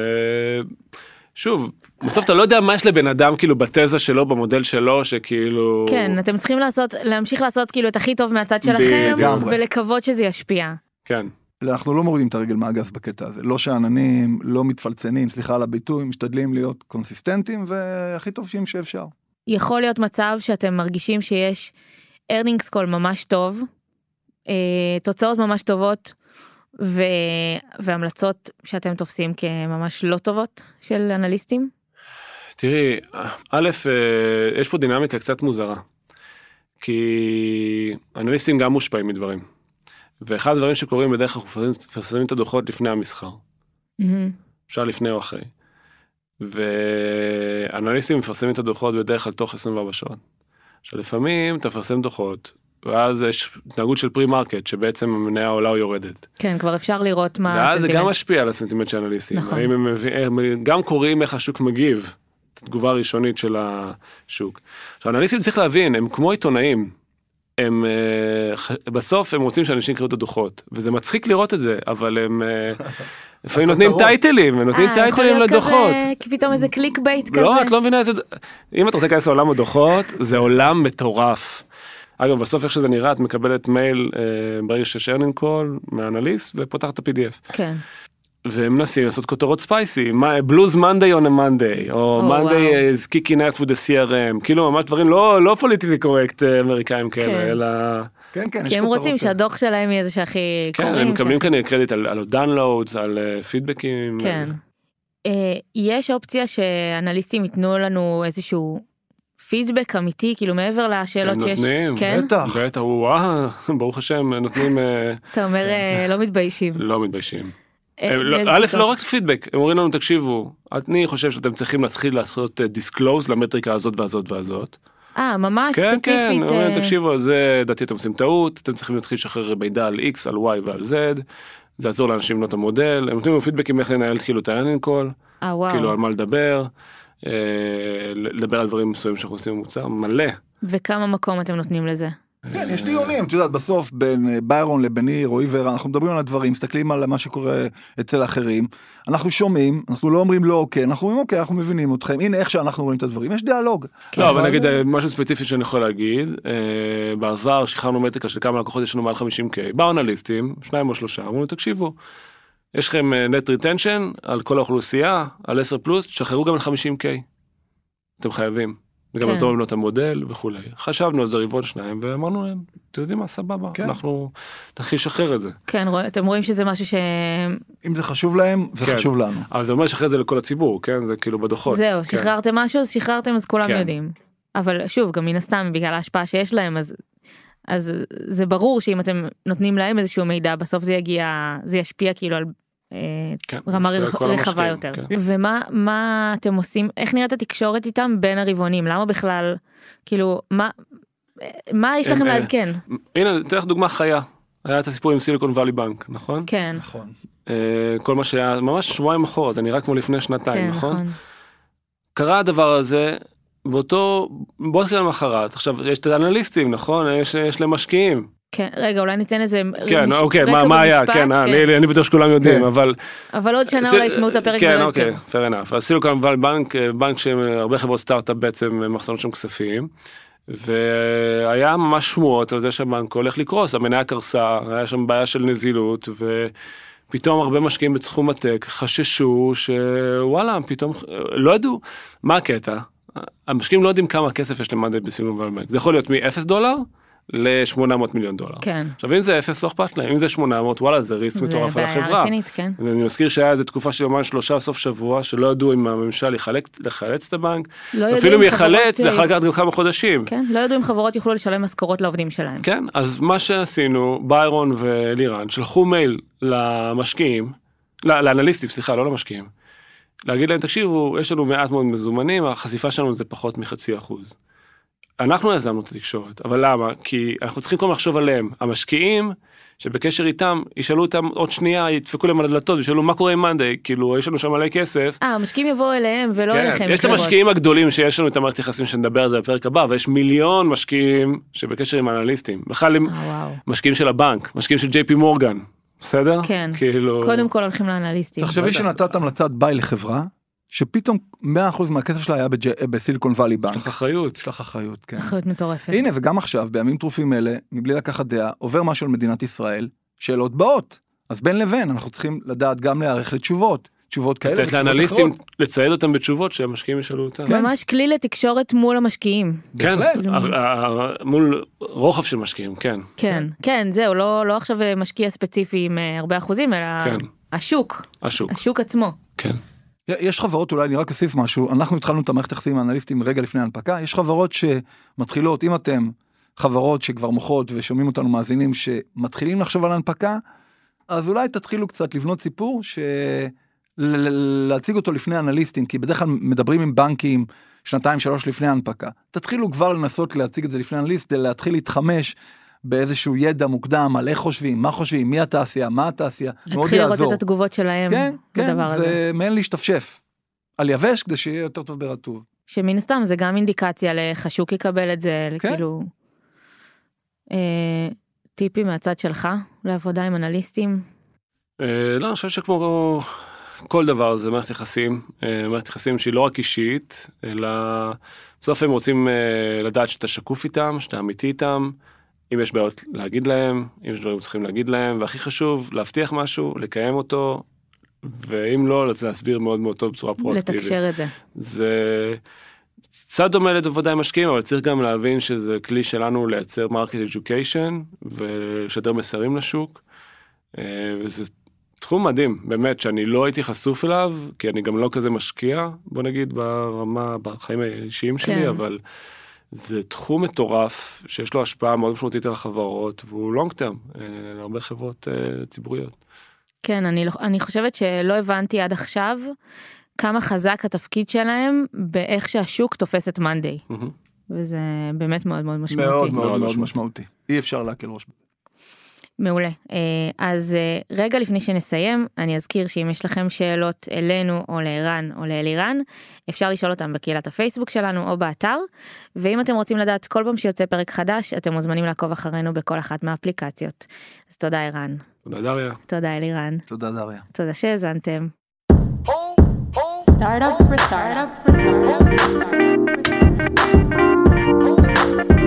ושוב, בסוף אתה לא יודע מה יש לבן אדם, כאילו, בתזה שלו, במודל שלו, שכאילו... כן, אתם צריכים לעשות, להמשיך לעשות כאילו את הכי טוב מהצד שלכם, ולקוות שזה ישפיע. כן. אנחנו לא מורידים את הרגל מהגז בקטע הזה, לא שעננים, לא מתפלצנים, סליחה על הביטוי, משתדלים להיות קונסיסטנטים, והכי טוב שאפשר. יכול להיות מצב שאתם מרגישים שיש earnings call ממש טוב, תוצאות ממש טובות, ו... והמלצות שאתם תופסים כממש לא טובות של אנליסטים? תראי, א', יש פה דינמיקה קצת מוזרה, כי אנליסטים גם מושפעים מדברים. ואחד הדברים שקורים בדרך כלל מפרסמים את הדוחות לפני המסחר. אפשר לפני או אחרי. ואנליסטים מפרסמים את הדוחות בדרך כלל תוך עשרים וארבע שעות. עכשיו לפעמים אתה מפרסם דוחות, ואז יש התנהגות של פרי-מרקט, שבעצם המניה עולה או יורדת. כן, כבר אפשר לראות מה הסנטימנט. ואז זה גם משפיע על הסנטימנט של אנליסטים. נכון. הם, הם גם קוראים איך השוק מגיב, את התגובה הראשונית של השוק. עכשיו, אנליסטים צריך להבין, הם כמו עיתונאים, הם, בסוף הם רוצים שאנשים יקראו את הדוחות, וזה מצחיק לראות את זה, אבל הם לפעמים נותנים טייטלים, הם נותנים טייטלים לדוחות. פתאום איזה קליק בייט כזה. לא, את לא מבינה איזה, אם את רוצה להיכנס לעולם הדוחות, זה עולם מטורף. אגב, בסוף איך שזה נראה, את מקבלת מייל ברגע שיש earning call מהאנליסט, ופותחת את ה-פי די אף. כן. והם מנסים לעשות כותרות ספייסי, בלוז מנדי on a Monday, או Monday is kicking ass with the סי אר אם, כאילו ממש דברים לא פוליטיקלי קורקט אמריקאים כאלה, אלא... כן, כן, כי הם רוצים שהדוח שלהם יהיה זה שהכי קוראים. כן, הם מקבלים כנראה קרדיט על דאונלואודס, על פידבקים. כן. יש אופציה שאנליסטים ייתנו לנו איזשהו פידבק אמיתי, כאילו מעבר לשאלות שיש. הם נותנים, בטח. בטח, וואו, ברוך השם, נותנים... אתה אומר, לא מתביישים. לא מתביישים. א', לא רק פידבק, הם אומרים לנו, תקשיבו, אני חושב שאתם צריכים להתחיל לעשות דיסקלוז למטריקה הזאת והזאת והזאת. אה, ממש ספציפית. כן, כן, אומרים, תקשיבו, זה, דעתי אתם עושים טעות, אתם צריכים להתחיל לשחרר מידע על X, על Y ועל Z, זה יעזור לאנשים לבנות המודל, הם נותנים לנו פידבקים איך לנהל כאילו את ה-earning call, כאילו על מה לדבר, לדבר על דברים מסוימים שאנחנו עושים במוצר, מלא. וכמה מקום אתם נותנים לזה? כן, יש דיונים, את יודעת, בסוף בין ביירון לביני, רועי ורה, אנחנו מדברים על הדברים, מסתכלים על מה שקורה אצל האחרים, אנחנו שומעים, אנחנו לא אומרים לא אוקיי, אנחנו אומרים אוקיי, אנחנו מבינים אתכם, הנה איך שאנחנו רואים את הדברים, יש דיאלוג. לא, אבל נגיד משהו ספציפי שאני יכול להגיד, בעבר שחררנו מטריקה של כמה לקוחות יש לנו מעל חמישים קיי, באו אנליסטים, שניים או שלושה, אמרו, תקשיבו, יש לכם נט ריטנשן על כל האוכלוסייה, על עשר פלוס, תשחררו גם על חמישים קיי. אתם חייבים. וגם אז לא לבנות המודל וכולי. חשבנו על זה רבעון שניים, ואמרנו להם, אתם יודעים מה, סבבה, אנחנו נתחיל לשחרר את זה. כן, אתם רואים שזה משהו ש... אם זה חשוב להם, זה חשוב לנו. אבל זה אומר לשחרר את זה לכל הציבור, כן? זה כאילו בדוחות. זהו, שחררתם משהו, אז שחררתם, אז כולם יודעים. אבל שוב, גם מן הסתם, בגלל ההשפעה שיש להם, אז... אז זה ברור שאם אתם נותנים להם איזשהו מידע, בסוף זה יגיע, זה ישפיע כאילו על רמה רחבה יותר. ומה מה אתם עושים, איך נראית התקשורת איתם בין הרבעונים? למה בכלל, כאילו, מה מה יש לכם לעדכן? הנה, אתן לך דוגמה חיה. היה את הסיפור עם סיליקון ואלי בנק, נכון? כן. נכון. כל מה שהיה, ממש שבועיים אחורה, זה נראה כמו לפני שנתיים, נכון? קרה הדבר הזה, באותו, בוא נתחיל למחרת, עכשיו יש את האנליסטים, נכון? יש להם משקיעים. כן, רגע, אולי ניתן איזה כן, אוקיי, מה היה, כן, אני בטוח שכולם יודעים, אבל... אבל עוד שנה אולי ישמעו את הפרק כן, אוקיי, fair enough. אז סיליקון ואלי בנק, בנק שהרבה חברות סטארט-אפ בעצם מחסנות שם כספים, והיה ממש שמועות על זה שהבנק הולך לקרוס, המניה קרסה, היה שם בעיה של נזילות, ופתאום הרבה משקיעים בתחום הטק חששו שוואלה, פתאום לא ידעו מה הקטע. המשקיעים לא יודעים כמה כסף יש למדד בסיליקון ואלי בנק. זה יכול להיות מ-אפס דולר ל-שמונה מאות מיליון דולר. כן. עכשיו, אם זה אפס, לא אכפת להם. אם זה שמונה מאות, וואלה, זה ריסק מטורף על החברה. זה בעיה רצינית, כן. אני מזכיר שהיה איזו תקופה של יומיים שלושה סוף שבוע, שלא ידעו אם הממשל לחלץ את הבנק, אפילו אם יחלץ, זה יכול לקחת גם כמה חודשים. כן, לא ידעו אם חברות יוכלו לשלם משכורות לעובדים שלהם. כן, אז מה שעשינו, ביירון ולירן, שלחו מייל למשקיעים, לאנליסטים, סליחה, לא למשקיעים, להגיד להם, תקשיבו, יש לנו מעט מאוד מזומנים, החשיפה שלנו זה פחות מחצי אחוז. אנחנו יזמנו את התקשורת, אבל למה? כי אנחנו צריכים כל כך לחשוב עליהם. המשקיעים שבקשר איתם, ישאלו אותם עוד שנייה, ידפקו להם על הדלתות, ישאלו מה קורה עם מנדי, כאילו יש לנו שם מלא כסף. אה, המשקיעים יבואו אליהם ולא אליכם. יש את המשקיעים הגדולים שיש לנו את המערכת יחסים שנדבר על זה בפרק הבא, ויש מיליון משקיעים שבקשר עם אנליסטים. בכלל עם משקיעים של הבנק, משקיעים של ג'יי פי מורגן. בסדר? כן. כאילו... קודם כל הולכים לאנליסטים. תחשבי שנתת המלצת ביי לחברה, שפתאום מאה אחוז מהכסף שלה היה בסיליקון ואלי בנק. יש לך אחריות. יש לך אחריות, כן. אחריות מטורפת. הנה, וגם עכשיו, בימים טרופים אלה, מבלי לקחת דעה, עובר משהו על מדינת ישראל, שאלות באות. אז בין לבין, אנחנו צריכים לדעת גם להיערך לתשובות. תשובות כאלה ותשובות אחרות. לאנליסטים, לצייד אותם בתשובות שהמשקיעים ישאלו אותם. ממש כלי לתקשורת מול המשקיעים. כן, מול רוחב של משקיעים, כן. כן, כן, זהו, לא עכשיו משקיע ספציפי עם הרבה אחוזים, אלא השוק. השוק. השוק עצמו. כן. יש חברות, אולי אני רק אוסיף משהו, אנחנו התחלנו את המערכת יחסים עם האנליסטים רגע לפני ההנפקה, יש חברות שמתחילות, אם אתם חברות שכבר מוחות ושומעים אותנו מאזינים שמתחילים לחשוב על ההנפקה, אז אולי תתחילו קצת לבנות סיפור, להציג אותו לפני האנליסטים, כי בדרך כלל מדברים עם בנקים שנתיים שלוש לפני ההנפקה, תתחילו כבר לנסות להציג את זה לפני האנליסט, להתחיל להתחמש באיזשהו ידע מוקדם על איך חושבים, מה חושבים, מי התעשייה, מה התעשייה, להתחיל לראות את התגובות שלהם כן, בדבר כן, הזה. זה מעין להשתפשף על יבש כדי שיהיה יותר טוב ברטוב. שמן הסתם זה גם אינדיקציה לחשוק יקבל את זה, כן. כאילו אה, טיפים מהצד שלך לעבודה עם אנליסטים? אה, לא, אני חושב שכמו כל דבר זה מערכת יחסים, אה, מערכת יחסים שהיא לא רק אישית, אלא בסוף הם רוצים אה, לדעת שאתה שקוף איתם, שאתה אמיתי איתם, אם יש בעיות להגיד להם, אם יש דברים צריכים להגיד להם, והכי חשוב, להבטיח משהו, לקיים אותו, ואם לא, להסביר מאוד מאוד טוב בצורה פרואקטיבית. לתקשר את זה. זה קצת דומה לדוודאי משקיעים, אבל צריך גם להבין שזה כלי שלנו לייצר מרקט אדיוקיישן, ולשדר מסרים לשוק, וזה תחום מדהים, באמת, שאני לא הייתי חשוף אליו, כי אני גם לא כזה משקיע, בוא נגיד, ברמה, בחיים האישיים שלי, אבל זה תחום מטורף, שיש לו השפעה מאוד משמעותית על החברות, והוא לונג טרם, להרבה חברות ציבוריות. כן, אני, אני חושבת שלא הבנתי עד עכשיו, כמה חזק התפקיד שלהם, באיך שהשוק תופס את מנדי. Mm-hmm. וזה באמת מאוד מאוד משמעותי. מאוד מאוד מאוד משמעותי. אי אפשר להקל ראש. מעולה. אז רגע לפני שנסיים, אני אזכיר שאם יש לכם שאלות אלינו או לערן או לאלירן, אפשר לשאול אותם בקהילת הפייסבוק שלנו או באתר, ואם אתם רוצים לדעת כל פעם שיוצא פרק חדש, אתם מוזמנים לעקוב אחרינו בכל אחת מהאפליקציות. אז תודה ערן. תודה דריה. תודה אלירן. תודה דריה. תודה שהאזנתם. Startup for startup for startup for startup for startup.